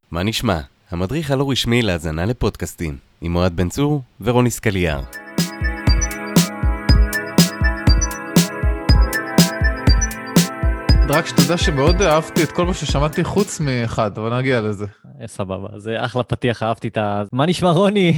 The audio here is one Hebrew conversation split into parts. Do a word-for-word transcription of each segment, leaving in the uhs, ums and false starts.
מה נשמע? המדריך הלא רשמי להאזנה לפודקאסטים, עם אוהד בן צור ורוני סקליאר. רק שתדע שמאוד אהבתי את כל מה ששמעתי חוץ מאחד, אבל נגיע לזה. סבבה, זה אחלה פתיח, אהבתי את ה... מה נשמע רוני?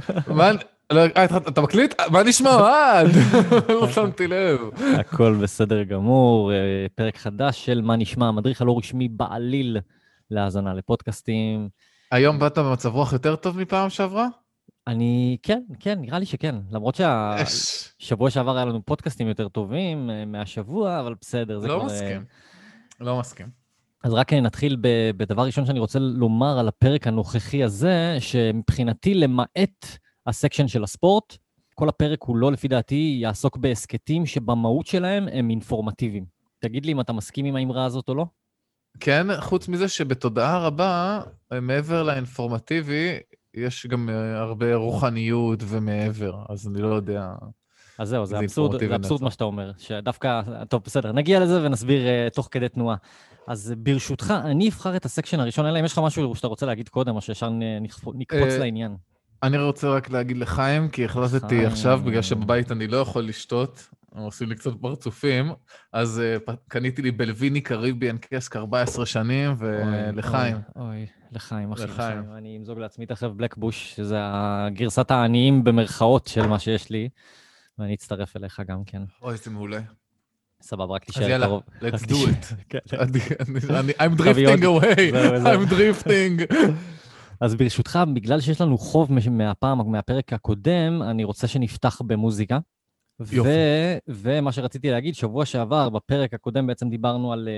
אתה מקליט? מה נשמע אוהד? לא שמתי לב. הכל בסדר גמור, פרק חדש של מה נשמע, המדריך הלא רשמי בעליל להאזנה לפודקאסטים. היום באת במצב רוח יותר טוב מפעם שעברה? אני, כן, כן, נראה לי שכן. למרות שהשבוע שעבר היה לנו פודקאסטים יותר טובים מהשבוע, אבל בסדר. לא מסכים. לא מסכים. אז רק נתחיל בדבר ראשון שאני רוצה לומר על הפרק הנוכחי הזה, שמבחינתי למעט הסקשן של הספורט, כל הפרק הוא לא לפי דעתי יעסוק בעסקטים שבמהות שלהם הם אינפורמטיביים. תגיד לי אם אתה מסכים עם האמרה הזאת או לא? כן, חוץ מזה שבתודעה רבה, מעבר לאינפורמטיבי, יש גם הרבה רוחניות ומעבר, אז אני לא יודע. אז זהו, זה אבסורד, זה אבסורד מה שאתה אומר, שדווקא, טוב, בסדר, נגיע לזה ונסביר uh, תוך כדי תנועה. אז ברשותך, אני אבחר את הסקשן הראשון, אלא אם יש לך משהו שאתה רוצה להגיד קודם, או שישר נקפוץ לעניין. אני רוצה רק להגיד לחיים, כי החלטתי עכשיו, בגלל שבבית אני לא יכול לשתות, הם עושים לי קצת פרצופים, אז קניתי לי בלוויני קריביאן קסק ארבע עשרה שנים, ולחיים. אוי, לחיים, אחי, לחיים. אני אמזוג לעצמי תכף בלק בוש, שזה הגרסת העניים במרכאות של מה שיש לי, ואני אצטרף אליך גם כן. אוי, זה מעולה. סבבה, רק תישאר קרוב. אז יאללה, let's do it. I'm drifting away, I'm drifting. אז ברשותך, בגלל שיש לנו חוב מהפעם, מהפרק הקודם, אני רוצה שנפתח במוזיקה. יופי. ומה שרציתי להגיד, שבוע שעבר, בפרק הקודם בעצם דיברנו על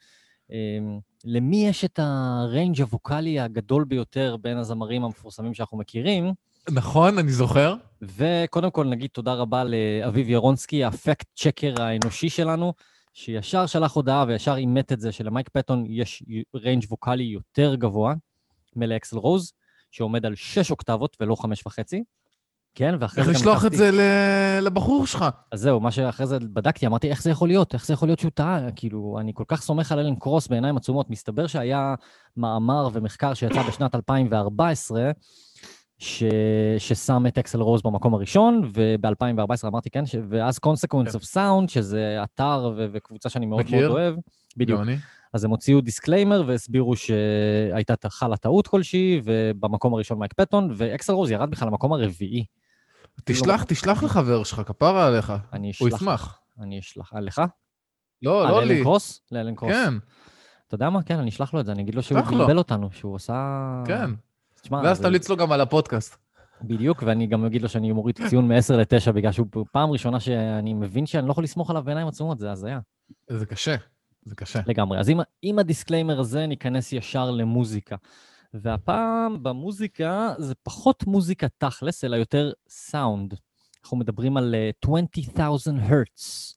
למי יש את הריינג' הווקלי הגדול ביותר בין הזמרים המפורסמים שאנחנו מכירים. נכון, אני זוכר. וקודם כל נגיד תודה רבה לאביב ירונסקי, הפקט צ'קר האנושי שלנו, שישר שלח הודעה וישר אימת את זה, שלמייק פטון יש ריינג' ווקלי יותר גבוה, מלאקסל רוז, שעומד על שש אוקטבות ולא חמש וחצי. כן, ואחרי זה גם... איך לשלוח את זה לבחור שלך? אז זהו, מה שאחרי זה בדקתי, אמרתי, איך זה יכול להיות? איך זה יכול להיות שהוא טעה? כאילו, אני כל כך סומך על אלן קרוס בעיניים עצומות. מסתבר שהיה מאמר ומחקר שיצא בשנת אלפיים וארבע עשרה, ש... ששם את אקסל רוז במקום הראשון, וב-אלפיים וארבע עשרה אמרתי, כן, ש... ואז Consequence of Sound, שזה אתר ו... וקבוצה שאני מאוד מאוד אוהב. בדיוק. אז הם הוציאו דיסקליימר והסבירו שהייתה חלה טעות כלשהי, ובמקום הראשון מייק פטון, ואקסל רוז ירד בכלל למקום הרביעי. תשלח, תשלח לחבר שלך, כפרה עליך. אני אשלח. הוא ישמח. אני אשלח. לך? לא, לא לי. לאלן קרוס? לאלן קרוס. כן. אתה יודע מה? כן, אני אשלח לו את זה. אני אגיד לו שהוא בלבל אותנו, שהוא עושה... כן. ואז תמליץ לו גם על הפודקאסט. בדיוק, ואני גם אגיד לו שאני מוריד ציון מ-עשר לתשע, בגלל שהוא פעם ראשונה שאני מבין שאני לא יכול לסמוך עליו בעיניים עצומות, זה הזיה. זה קשה. זה קשה. לגמרי. אז עם, עם הדיסקליימר הזה ניכנס ישר למוזיקה. והפעם במוזיקה זה פחות מוזיקה תכלס, אלא יותר סאונד. אנחנו מדברים על uh, עשרים אלף הרטס,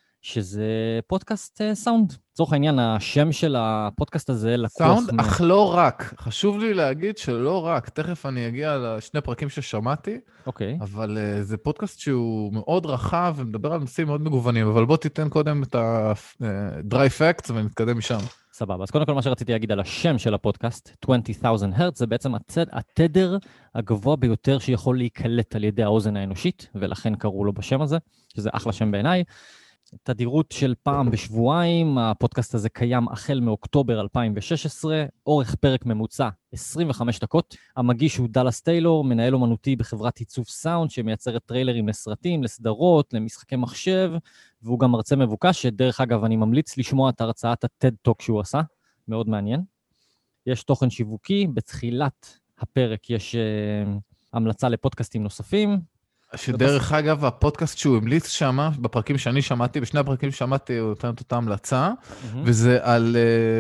שזה פודקאסט uh, סאונד. לצורך העניין, השם של הפודקאסט הזה לקוח... סאונד, מה... אך לא רק. חשוב לי להגיד שלא רק. תכף אני אגיע לשני פרקים ששמעתי. אוקיי. Okay. אבל uh, זה פודקאסט שהוא מאוד רחב ומדבר על נושאים מאוד מגוונים. אבל בוא תיתן קודם את ה-dry facts ונתקדם משם. סבבה. אז קודם כל מה שרציתי להגיד על השם של הפודקאסט, עשרים אלף הרטס, זה בעצם הצד, התדר הגבוה ביותר שיכול להיקלט על ידי האוזן האנושית, ולכן קראו לו בשם הזה, שזה אחלה שם בעיניי. תדירות של פעם בשבועיים, הפודקאסט הזה קיים החל מאוקטובר אלפיים ושש עשרה, אורך פרק ממוצע עשרים וחמש דקות. המגיש הוא דלס טיילור, מנהל אומנותי בחברת עיצוב סאונד, שמייצרת טריילרים לסרטים, לסדרות, למשחקי מחשב, והוא גם מרצה מבוקש, שדרך אגב אני ממליץ לשמוע את הרצאת הטד טוק שהוא עשה, מאוד מעניין. יש תוכן שיווקי, בתחילת הפרק יש uh, המלצה לפודקאסטים נוספים, שדרך אגב, הפודקאסט שהוא המליץ שם, בפרקים שאני שמעתי, בשני הפרקים ששמעתי, הוא נותן את אותה המלצה, וזה על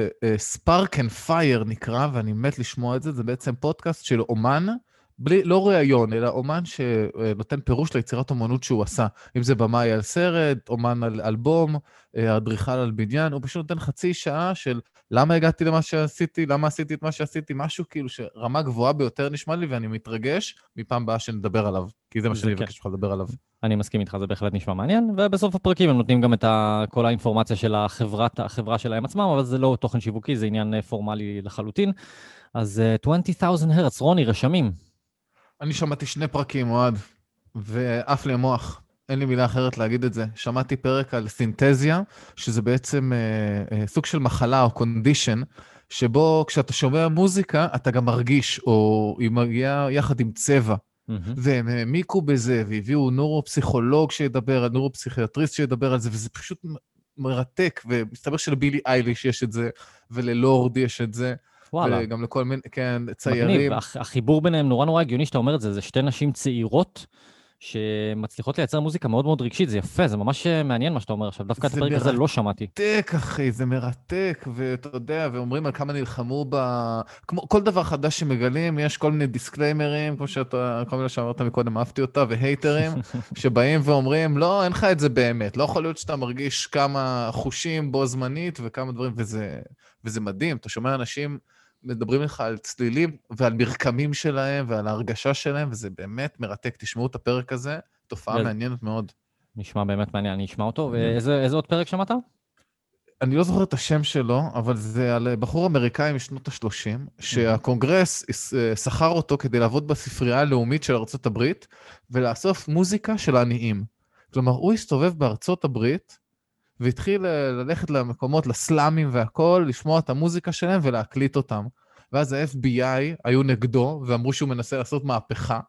ספארק אנד פייר נקרא, ואני מת לשמוע את זה, זה בעצם פודקאסט של אומן, בלי, לא ראיון, אלא אומן שנותן פירוש ליצירת אומנות שהוא עשה, אם זה במאי על סרט, אומן על אלבום, אדריכל על בניין, הוא פשוט נותן חצי שעה של למה הגעתי למה שעשיתי, למה עשיתי את מה שעשיתי, משהו כאילו שרמה גבוהה ביותר נשמע לי, ואני מתרגש מפעם באה שנדבר עליו, כי זה מה שאני מבקש לך לדבר עליו. אני מסכים איתך, זה בהחלט נשמע מעניין, ובסוף הפרקים הם נותנים גם את כל האינפורמציה של החברה שלהם עצמם, אבל זה לא תוכן שיווקי, זה עניין פורמלי לחלוטין. אז uh, עשרים אלף הרץ, רוני, רשמים. אני שמעתי שני פרקים, אוהד, ואף לי המוח. אין לי מילה אחרת להגיד את זה. שמעתי פרק על סינתזיה, שזה בעצם אה, אה, סוג של מחלה או קונדישן, שבו כשאתה שומע מוזיקה, אתה גם מרגיש, או היא מגיעה יחד עם צבע. Mm-hmm. והם העמיקו בזה, והביאו נורו-פסיכולוג שידבר, נורו-פסיכיאטריסט שידבר על זה, וזה פשוט מרתק, ומסתבר שלבילי אייליש יש את זה, וללורד יש את זה. וואלה. וגם לכל מיני, כן, ציירים. מגניב, החיבור ביניהם נורא נורא הגיוני שאתה אומר את זה, זה שתי נשים צעירות שמצליחות לייצר מוזיקה מאוד מאוד רגשית, זה יפה, זה ממש מעניין מה שאתה אומר עכשיו, דווקא את הפרק הזה לא שמעתי. זה מרתק, אחי, זה מרתק, ואתה יודע, ואומרים על כמה נלחמו ב... כמו כל דבר חדש שמגלים, יש כל מיני דיסקליימרים, כמו שאתה, כל מיני שאמרת מקודם, אהבתי אותה, והייטרים, שבאים ואומרים, לא, אין לך את זה באמת, לא יכול להיות שאתה מרגיש כמה חושים בו זמנית, וכמה דברים, וזה, וזה מדהים, אתה שומע אנשים מדברים לך על צלילים ועל מרקמים שלהם ועל ההרגשה שלהם, וזה באמת מרתק. תשמעו את הפרק הזה, תופעה מעניינת מאוד. נשמע באמת מעניין, אני אשמע אותו. ואיזה עוד פרק שמעת? אני לא זוכר את השם שלו, אבל זה על בחור אמריקאי משנות ה-שלושים, שהקונגרס שכר אותו כדי לעבוד בספרייה הלאומית של ארצות הברית, ולאסוף מוזיקה של עניים. כלומר, הוא הסתובב בארצות הברית, והתחיל ללכת למקומות, לסלאמים והכל, לשמוע את המוזיקה שלהם ולהקליט אותם. ואז ה-אף בי איי היו נגדו, ואמרו שהוא מנסה לעשות מהפכה.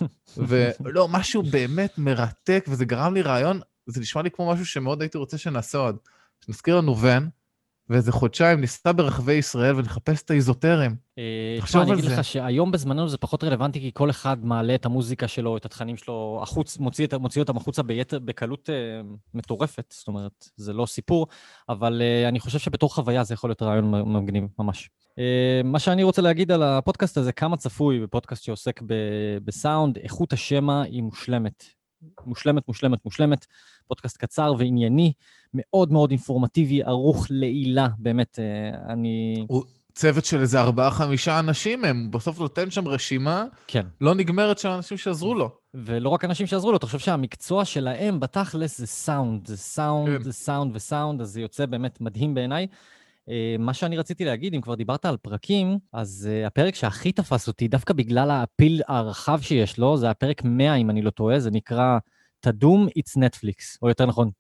ולא, משהו באמת מרתק, וזה גרם לי רעיון, זה נשמע לי כמו משהו שמאוד הייתי רוצה שנעשה עוד. שנזכיר לנו ון, ואיזה חודשיים ניסה ברחבי ישראל ונחפש את האיזוטרים. תחשוב על זה. אני אגיד לך שהיום בזמננו זה פחות רלוונטי, כי כל אחד מעלה את המוזיקה שלו, את התכנים שלו, החוץ, מוציא, מוציא אותם החוצה ביתר, בקלות מטורפת, זאת אומרת, זה לא סיפור, אבל אני חושב שבתור חוויה זה יכול להיות רעיון מגניב, ממש. מה שאני רוצה להגיד על הפודקאסט הזה, כמה צפוי בפודקאסט שעוסק בסאונד, איכות השמע היא מושלמת. מושלמת, מושלמת, מושלמת, פודקאסט קצר וענייני, מאוד מאוד אינפורמטיבי, ערוך לעילה, באמת, אני... הוא צוות של איזה ארבעה, חמישה אנשים, הם בסוף נותן שם רשימה, כן. לא נגמרת של אנשים שעזרו לו. ולא רק אנשים שעזרו לו, אתה חושב שהמקצוע שלהם בתכלס זה סאונד, זה סאונד, כן. זה סאונד וסאונד, אז זה יוצא באמת מדהים בעיניי. מה שאני רציתי להגיד, אם כבר דיברת על פרקים, אז uh, הפרק שהכי תפס אותי, דווקא בגלל הפיל הרחב שיש לו, זה הפרק מאה, אם אני לא טועה, זה נקרא תדום It's Netflix, או יותר נכון,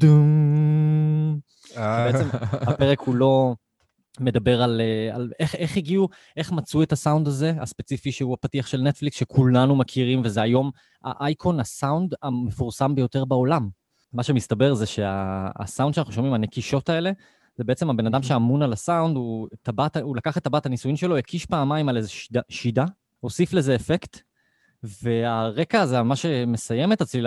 תדום. בעצם הפרק הוא לא מדבר על, על איך, איך הגיעו, איך מצאו את הסאונד הזה, הספציפי שהוא הפתיח של נטפליקס, שכולנו מכירים, וזה היום האייקון, הסאונד המפורסם ביותר בעולם. מה שמסתבר זה שהסאונד שאנחנו שומעים, הנקישות האלה, זה בעצם הבן אדם שאמון על הסאונד, הוא, טבעת, הוא לקח את טבעת הניסויים שלו, הקיש פעמיים על איזה שידה, שידה, הוסיף לזה אפקט, והרקע הזה, מה שמסיים את הצלילה,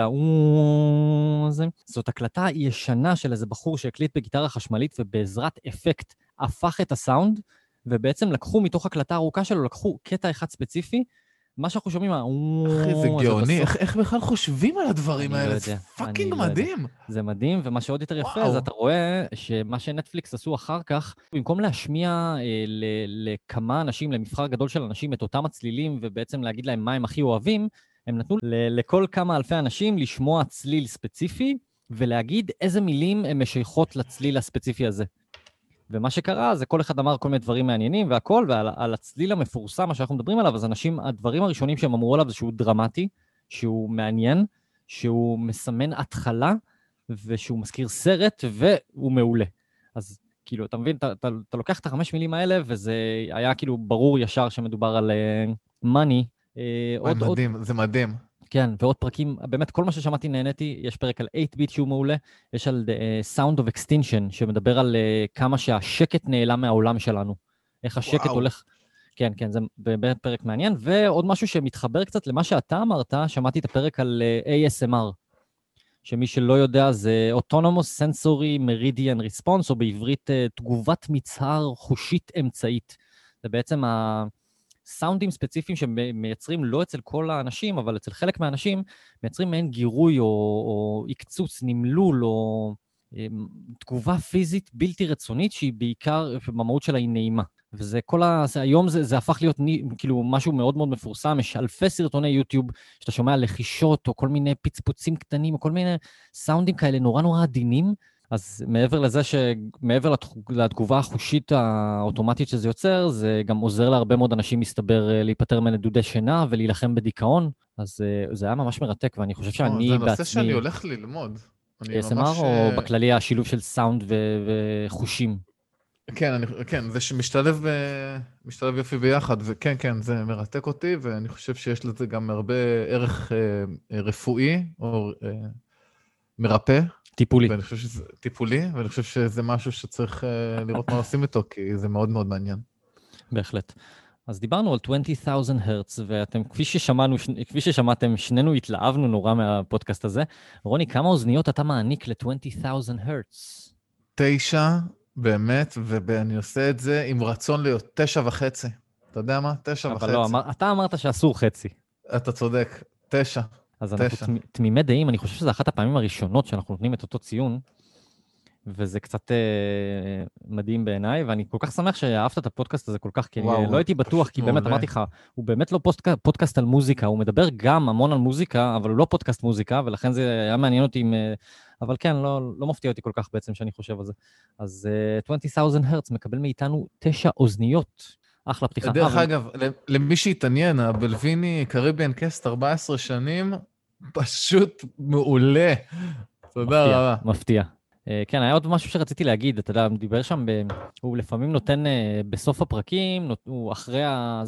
הזה, זאת הקלטה ישנה של איזה בחור שהקליט בגיטרה חשמלית, ובעזרת אפקט הפך את הסאונד, ובעצם לקחו מתוך הקלטה הארוכה שלו, לקחו קטע אחד ספציפי, מה שאנחנו שומעים, אחי, זה גאוני, איך בכלל חושבים על הדברים האלה? זה פאקינג מדהים. זה מדהים, ומה שעוד יותר יפה, זה אתה רואה שמה שנטפליקס עשו אחר כך, במקום להשמיע לכמה אנשים, למבחר גדול של אנשים, את אותם הצלילים, ובעצם להגיד להם מה הם הכי אוהבים, הם נתנו לכל כמה אלפי אנשים לשמוע צליל ספציפי, ולהגיד איזה מילים הם משייכות לצליל הספציפי הזה. ומה שקרה זה כל אחד אמר כל מיני דברים מעניינים והכל, ועל על הצליל המפורסם, מה שאנחנו מדברים עליו, אז אנשים, הדברים הראשונים שהם אמרו עליו זה שהוא דרמטי, שהוא מעניין, שהוא מסמן התחלה, ושהוא מזכיר סרט, והוא מעולה. אז כאילו, אתה מבין, אתה, אתה, אתה לוקח את החמש מילים האלה, וזה היה כאילו ברור ישר שמדובר על uh, money. Uh, עוד, מדהים, עוד... זה מדהים. כן, ועוד פרקים, באמת כל מה ששמעתי נהניתי, יש פרק על שמונה ביט שהוא מעולה, יש על uh, Sound of Extinction, שמדבר על uh, כמה שהשקט נעלם מהעולם שלנו. איך השקט וואו. הולך... כן, כן, זה באמת פרק מעניין, ועוד משהו שמתחבר קצת למה שאתה אמרת, שמעתי את הפרק על uh, איי אס אם אר, שמי שלא יודע זה Autonomous Sensory Meridian Response, או בעברית uh, תגובת מצהר חושית אמצעית. זה בעצם ה... סאונדים ספציפיים שמייצרים לא אצל כל האנשים, אבל אצל חלק מהאנשים, מייצרים מעין גירוי או, או עקצוץ, נמלול או תגובה פיזית בלתי רצונית, שהיא בעיקר, במהות שלה היא נעימה. וזה כל ה... היום זה, זה הפך להיות כאילו משהו מאוד מאוד מפורסם, יש אלפי סרטוני יוטיוב, שאתה שומע לחישות או כל מיני פצפוצים קטנים, או כל מיני סאונדים כאלה נורא נורא עדינים, אז מעבר לזה שמעבר לתגובה החושית האוטומטית שזה יוצר, זה גם עוזר להרבה מאוד אנשים מסתבר להיפטר מנדודי שינה ולהילחם בדיכאון, אז זה היה ממש מרתק, ואני חושב שאני בעצמי... זה נושא שאני הולך ללמוד. אס אם אר או בכללי השילוב של סאונד וחושים? כן, אני, כן, זה שמשתלב משתלב יופי ביחד, וכן, כן, זה מרתק אותי, ואני חושב שיש לזה גם הרבה ערך אה, רפואי, או אה, מרפא. טיפולי. ואני חושב שזה טיפולי, ואני חושב שזה משהו שצריך אה, לראות מה עושים איתו, כי זה מאוד מאוד מעניין. בהחלט. אז דיברנו על עשרים אלף הרץ, ואתם, כפי ששמענו, כפי ששמעתם, שנינו התלהבנו נורא מהפודקאסט הזה. רוני, כמה אוזניות אתה מעניק ל-עשרים אלף הרץ? תשע, באמת, ואני עושה את זה עם רצון להיות תשע וחצי. אתה יודע מה? תשע וחצי. אבל לא, אמר, אתה אמרת שאסור חצי. אתה צודק, תשע. אז אנחנו תמימי דעים, אני חושב שזו אחת הפעמים הראשונות שאנחנו נותנים את אותו ציון, וזה קצת אה, מדהים בעיניי, ואני כל כך שמח שאהבת את הפודקאסט הזה כל כך, כי וואו, לא הייתי בטוח, כי באמת אמרתי לך, הוא באמת לא פוסט, פודקאסט על מוזיקה, הוא מדבר גם המון על מוזיקה, אבל הוא לא פודקאסט מוזיקה, ולכן זה היה מעניין אותי, עם, אבל כן, לא, לא מפתיע אותי כל כך בעצם שאני חושב על זה. אז uh, עשרים אלף הרץ מקבל מאיתנו תשע אוזניות. אחלה פתיחה. דרך אגב, למי שהתעניין, הבלוויני קריביאן קאסט ארבע עשרה שנים, פשוט מעולה. תודה רבה. מפתיע. כן, היה עוד משהו שרציתי להגיד, אתה יודע, דיבר שם, הוא לפעמים נותן בסוף הפרקים, הוא אחרי,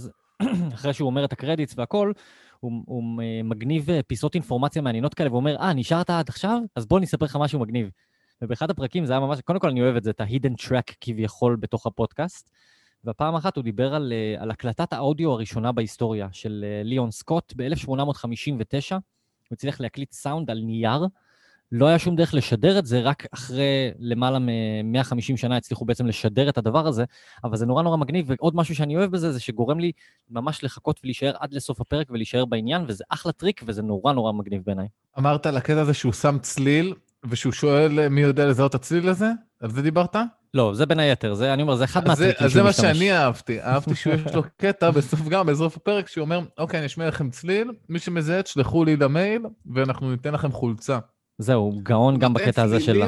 אחרי שהוא אומר את הקרדיטס והכל, הוא מגניב פיסות אינפורמציה מעניינות כאלה, ואומר, אה, נשארת עד עכשיו? אז בוא נספר לך משהו מגניב. ובאחד הפרקים זה היה ממש, קודם כל אני אוהב את זה, את ה-hidden track כביכול בתוך הפודקאסט, והפעם אחת הוא דיבר על, על הקלטת האודיו הראשונה בהיסטוריה של ליאון סקוט ב-אלף שמונה מאות חמישים ותשע, הוא הצליח להקליט סאונד על נייר, לא היה שום דרך לשדר את זה, רק אחרי למעלה מ-מאה וחמישים שנה הצליחו בעצם לשדר את הדבר הזה, אבל זה נורא נורא מגניב, ועוד משהו שאני אוהב בזה, זה שגורם לי ממש לחכות ולהישאר עד לסוף הפרק ולהישאר בעניין, וזה אחלה טריק, וזה נורא נורא מגניב בעיניי. אמרת על הקטע הזה שהוא שם צליל, ושהוא שואל מי יודע לזהות את הצליל הזה? על זה דיברת? לא, זה בין היתר, זה, אני אומר, זה אחד מהטריקים שהוא משתמש. אז זה מה שאני אהבתי, אהבתי שיש לו קטע בסוף גם, בסוף הפרק, שהוא אומר, אוקיי, אני אשמיע לכם צליל, מי שמזהה, תשלחו לי למייל, ואנחנו ניתן לכם חולצה. זהו, גאון גם בקטע הזה שלה.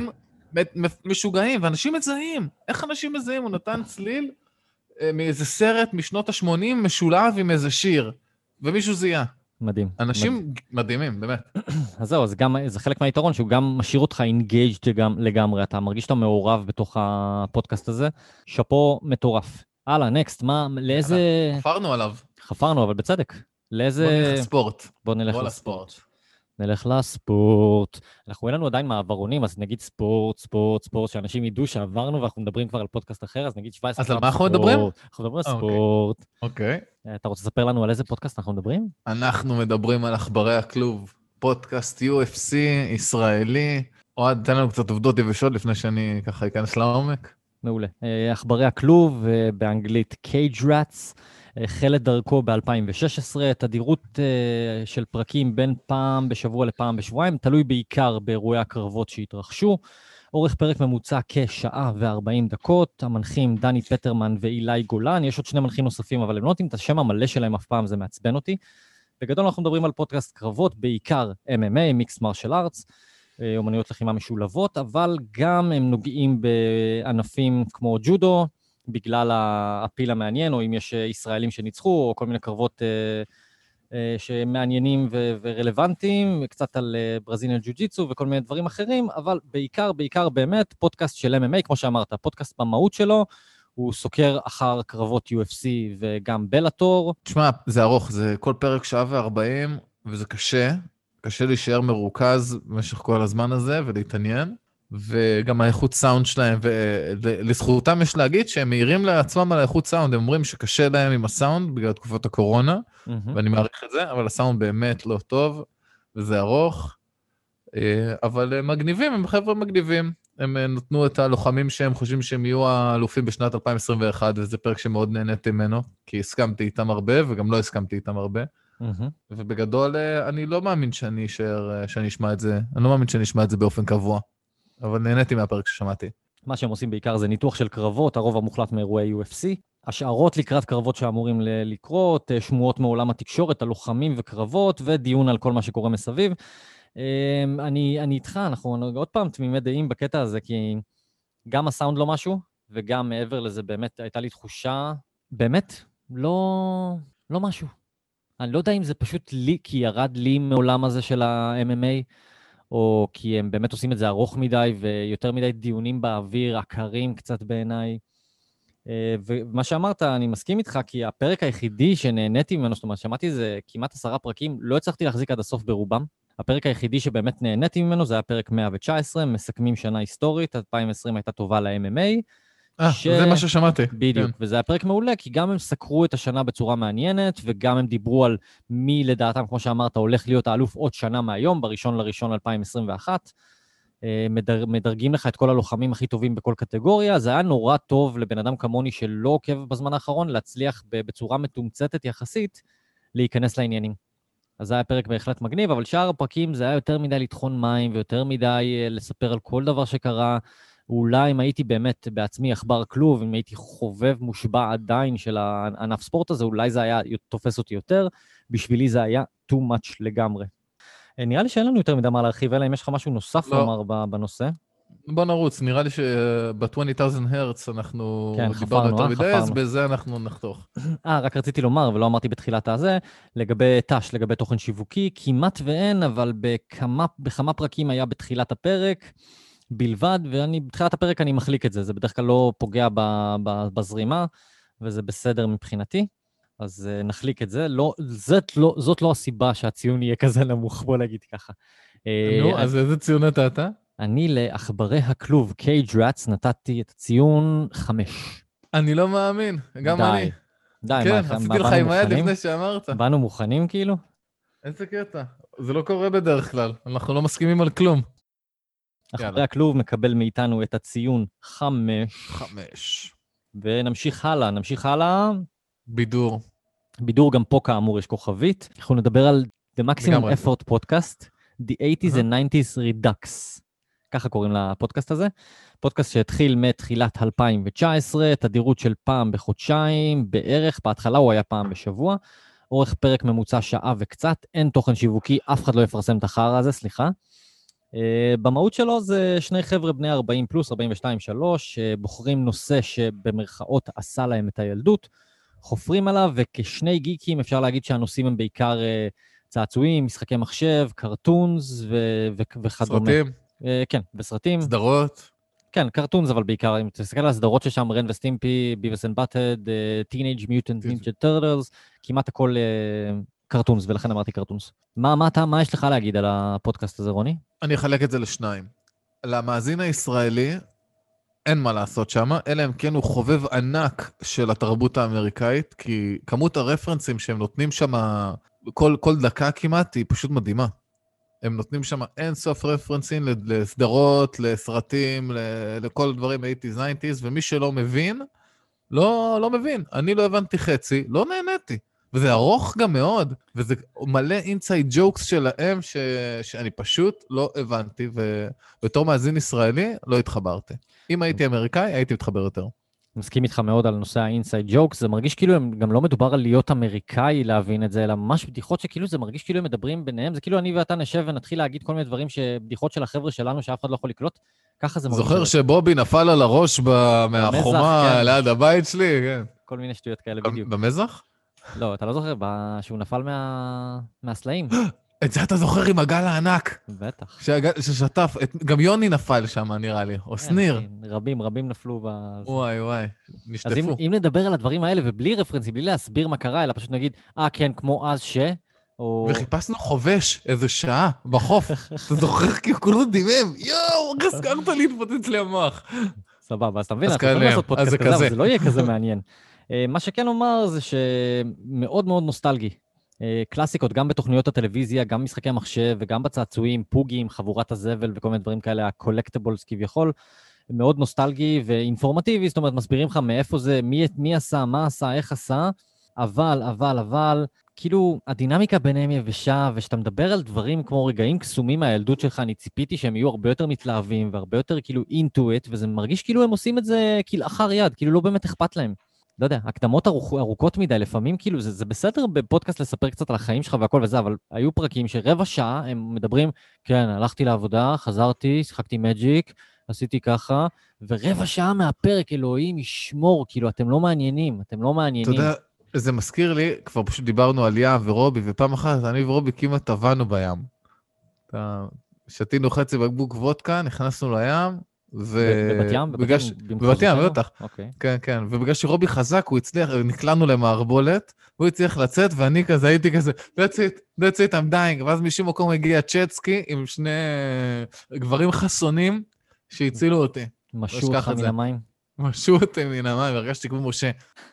משוגעים, ואנשים מזהים. איך אנשים מזהים? הוא נתן צליל מאיזה סרט משנות ה-שמונים משולב עם איזה שיר, ומישהו זיהה. מדהים. אנשים מדהימים, באמת. אז זהו, זה גם, זה חלק מהיתרון, שהוא גם משאיר אותך engaged לגמרי, אתה מרגיש שאתה מעורב בתוך הפודקאסט הזה. שפו מטורף. הלאה, נקסט, מה, לאיזה... חפרנו עליו. חפרנו, אבל בצדק. לאיזה... בוא נלך לספורט. בוא נלך לספורט. נלך לספורט. אנחנו אין לנו עדיין מעברונים, אז נגיד ספורט, ספורט, ספורט, שאנשים ידעו שעברנו, ואנחנו מדברים כבר על פודקאסט אחר, אז נגיד שבע עשרה... אז על מה אנחנו מדברים? אנחנו מדברים על ספורט. אוקיי. אתה רוצה לספר לנו על איזה פודקאסט אנחנו מדברים? אנחנו מדברים על עכברי הכלוב, פודקאסט יו אף סי, ישראלי. אוהד, תן לנו קצת עובדות יבשות לפני שאני ככה אכנס לעומק. מעולה. עכברי הכלוב, באנגלית Cage Rats, החל את דרכו ב-אלפיים ושש עשרה, תדירות uh, של פרקים בין פעם בשבוע לפעם בשבועיים, תלוי בעיקר באירועי הקרבות שהתרחשו. אורך פרק ממוצע כשעה ו-ארבעים דקות, המנחים דני פטרמן ואילי גולן, יש עוד שני מנחים נוספים, אבל הם לא נותנים את השם המלא שלהם אף פעם, זה מעצבן אותי. בגדול אנחנו מדברים על פודקאסט קרבות, בעיקר אם אם איי, Mixed Martial Arts, אומנויות לחימה משולבות, אבל גם הם נוגעים בענפים כמו ג'ודו, בגלל הפיל המעניין, או אם יש ישראלים שניצחו, או כל מיני קרבות אה, אה, שמעניינים ו- ורלוונטיים, קצת על אה, ברזיליאן ג'ו-ג'יטסו וכל מיני דברים אחרים, אבל בעיקר, בעיקר באמת, פודקאסט של אם אם איי, כמו שאמרת, פודקאסט במהות שלו, הוא סוקר אחר קרבות יו אף סי וגם בלאטור. תשמע, זה ארוך, זה כל פרק שעה וארבעים, וזה קשה, קשה להישאר מרוכז במשך כל הזמן הזה ולהתעניין. וגם האיכות סאונד שלהם, ולזכותם יש להגיד שהם מעירים לעצמם על האיכות סאונד, הם אומרים שקשה להם עם הסאונד בגלל תקופת הקורונה, ואני מעריך את זה, אבל הסאונד באמת לא טוב, וזה ארוך, אבל הם מגניבים, הם חבר'ה מגניבים, הם נתנו את הלוחמים שהם חושבים שהם יהיו האלופים בשנת אלפיים עשרים ואחת, וזה פרק שמאוד נהניתי ממנו, כי הסכמתי איתם הרבה, וגם לא הסכמתי איתם הרבה, ובגדול אני לא מאמין שאני אשאר, שאני אשמע את זה, אני לא מאמין שאני אשמע את זה באופן קבוע. אבל נהניתי מהפרק ששמעתי. מה שהם עושים בעיקר זה ניתוח של קרבות, הרוב המוחלט מאירועי יו אף סי, השערות לקראת קרבות שאמורים לקרות, שמועות מעולם התקשורת, הלוחמים וקרבות, ודיון על כל מה שקורה מסביב. אני, אני איתך, אנחנו עוד פעם תמימי דעים בקטע הזה, כי גם הסאונד לא משהו, וגם מעבר לזה באמת הייתה לי תחושה, באמת, לא, לא משהו. אני לא יודע אם זה פשוט לי, כי ירד לי מעולם הזה של ה-אם אם איי, או כי הם באמת עושים את זה ארוך מדי, ויותר מדי דיונים באוויר, עקרים קצת בעיניי. ומה שאמרת, אני מסכים איתך, כי הפרק היחידי שנהניתי ממנו, זאת אומרת, שמעתי איזה כמעט עשרה פרקים, לא הצלחתי להחזיק עד הסוף ברובם. הפרק היחידי שבאמת נהניתי ממנו, זה היה פרק מאה תשע עשרה, מסכמים שנה היסטורית, אלפיים ועשרים הייתה טובה ל-אם אם איי. אה, ש... זה מה ששמעתי. בדיוק, כן. וזה היה פרק מעולה, כי גם הם סקרו את השנה בצורה מעניינת, וגם הם דיברו על מי לדעתם, כמו שאמרת, הולך להיות האלוף עוד שנה מהיום, בראשון לראשון אלפיים עשרים ואחת. מדרג, מדרגים לך את כל הלוחמים הכי טובים בכל קטגוריה. זה היה נורא טוב לבן אדם כמוני שלא עוקב בזמן האחרון, להצליח בצורה מתומצתת יחסית, להיכנס לעניינים. אז זה היה פרק בהחלט מגניב, אבל שאר הפרקים זה היה יותר מדי לטחון מים, ויותר מדי לספר על כל דבר שקרה. אולי אם הייתי באמת בעצמי אכבר כלוב, אם הייתי חובב מושבע עדיין של הענף ספורט הזה, אולי זה היה תופס אותי יותר. בשבילי זה היה too much לגמרי. נראה לי שאין לנו יותר מדי מה להרחיב, אלא אם יש לך משהו נוסף לא. לומר בנושא. בוא נרוץ, נראה לי שב-עשרים אלף הרץ אנחנו כן, דיברנו יותר מדי, אז חפרנו. בזה אנחנו נחתוך. אה, רק רציתי לומר, ולא אמרתי בתחילת הזה, לגבי תש, לגבי תוכן שיווקי, כמעט ואין, אבל בכמה, בכמה פרקים היה בתחילת הפרק בלבד, ואני, בתחילת הפרק אני מחליק את זה, זה בדרך כלל לא פוגע ב, ב, בזרימה, וזה בסדר מבחינתי. אז uh, נחליק את זה. לא, זאת, לא, זאת לא הסיבה שהציון יהיה כזה נמוך, בוא נגיד ככה. נו, אז איזה ציון נתת? אני לעכברי הכלוב, קייג' ראטס, נתתי את הציון חמש. אני לא מאמין, גם די. אני. די, כן, מה, עשיתי לך עם היד לפני שאמרת. באנו מוכנים כאילו? איזה קטע. זה לא קורה בדרך כלל, אנחנו לא מסכימים על כלום. עכברי הכלוב מקבל מאיתנו את הציון חמש. חמש. ונמשיך הלאה, נמשיך הלאה. בידור. בידור גם פה כאמור יש כוכבית. אנחנו נדבר על The Maximum Effort Podcast, The eighties and nineties Redux. ככה קוראים לפודקאסט הזה. פודקאסט שהתחיל מתחילת אלפיים תשע עשרה, תדירות של פעם בחודשיים בערך, בהתחלה הוא היה פעם בשבוע, אורך פרק ממוצע שעה וקצת, אין תוכן שיווקי, אף אחד לא יפרסם את החרא הזה, סליחה. Uh, במהות שלו זה שני חבר'ה בני ארבעים פלוס, ארבעים ושתיים שלוש, בוחרים נושא שבמרכאות עשה להם את הילדות, חופרים עליו, וכשני גיקים אפשר להגיד שהנושאים הם בעיקר uh, צעצועים, משחקי מחשב, קרטונס ו- ו- וכדומה. סרטים? Uh, כן, בסרטים. סדרות? כן, קרטונס, אבל בעיקר, אם תסתכל על הסדרות ששם, רן וסטימפי, ביבס אנד באטהד, Teenage Mutant Ninja Turtles, כמעט הכל uh, קרטונס, ולכן אמרתי קרטונס. מה, מה, אתה, מה יש לך להגיד על הפודקאסט הזה, רוני? אני אחלק את זה לשניים. למאזין הישראלי, אין מה לעשות שם, אלא אם כן הוא חובב ענק של התרבות האמריקאית, כי כמות הרפרנסים שהם נותנים שם, כל, כל דקה כמעט, היא פשוט מדהימה. הם נותנים שם אין סוף רפרנסים לסדרות, לסרטים, לכל דברים שמונים, תשעים, ומי שלא מבין, לא, לא מבין. אני לא הבנתי חצי, לא נהניתי. וזה ארוך גם מאוד, וזה מלא אינסייד ג'וקס שלהם, ש... שאני פשוט לא הבנתי, ובתור מאזין ישראלי לא התחברתי. אם הייתי אמריקאי, הייתי מתחבר יותר. מסכים איתך מאוד על נושא האינסייד ג'וקס, זה מרגיש כאילו הם גם לא מדובר על להיות אמריקאי להבין את זה, אלא ממש בדיחות שכאילו זה מרגיש כאילו הם מדברים ביניהם, זה כאילו אני ואתה נשב ונתחיל להגיד כל מיני דברים שבדיחות של החבר'ה שלנו שאף אחד לא יכול לקלוט, ככה זה מרגיש. זוכר שבובי נפל על הראש ב... מהחומה כן. ליד הבית שלי, כן. כל מיני שטויות כאלה בדיוק. במזח? לא, אתה לא זוכר, שהוא נפל מה... מהסלעים. את זה אתה זוכר עם הגל הענק. בטח. שהגל, ששטף, את, גם יוני נפל שם, נראה לי, או סניר. רבים, רבים נפלו ב... וואי, וואי, נשטפו. אז אם, אם נדבר על הדברים האלה, ובלי רפרנסים, בלי להסביר מה קרה, אלא פשוט נגיד, אה, כן, כמו אז ש... או... וחיפשנו חובש איזה שעה בחוף. אתה זוכר כי כולו דימם, יואו, הזכרת להתפוצץ לי המוח. סבבה, אז אתה מבין, אנחנו יכולים לעשות פודקאסט כזה, אבל זה לא יהיה כזה מעניין. מה שכן אומר זה שמאוד מאוד נוסטלגי. קלאסיקות, גם בתוכניות הטלוויזיה, גם משחקי המחשב וגם בצעצועים, פוגים, חבורת הזבל וכל מיני דברים כאלה, הקולקטיבולס כביכול, מאוד נוסטלגי ואינפורמטיבי, זאת אומרת, מסבירים לך מאיפה זה, מי, מי עשה, מה עשה, איך עשה, אבל, אבל, אבל, כאילו, הדינמיקה ביניהם יבשה, ושאתה מדבר על דברים כמו רגעים קסומים מהילדות שלך, אני ציפיתי שהם יהיו הרבה יותר מתלהבים, והרבה יותר כאילו into it, וזה מרגיש כאילו הם עושים את זה כלאחר יד, כאילו לא באמת אכפת להם. לא יודע, הקדמות ארוכ, ארוכות מדי, לפעמים כאילו, זה, זה בסדר בפודקאסט לספר קצת על החיים שלך והכל וזה, אבל היו פרקים שרבע שעה הם מדברים, כן, הלכתי לעבודה, חזרתי, שיחקתי מג'יק, עשיתי ככה, ורבע שעה מהפרק, אלוהים ישמור, כאילו, אתם לא מעניינים, אתם לא מעניינים. אתה יודע, זה מזכיר לי, כבר פשוט דיברנו על ים ורובי, ופעם אחת אני ורובי כמעט טבענו בים. שתינו חצי בקבוק וודקה, נכנסנו לים, בבת ים? בבת ים, בטח. כן, כן. ובגלל שרובי חזק, הוא הצליח, נקלענו למערבולת, הוא הצליח לצאת, ואני כזה, הייתי כזה, that's it, that's it, I'm dying. ואז משום מקום הגיע צ'טסקי, עם שני גברים חסונים, שהצילו אותי. משו אותך מן המים? משו אותי מן המים, והרגשתי כמו משה.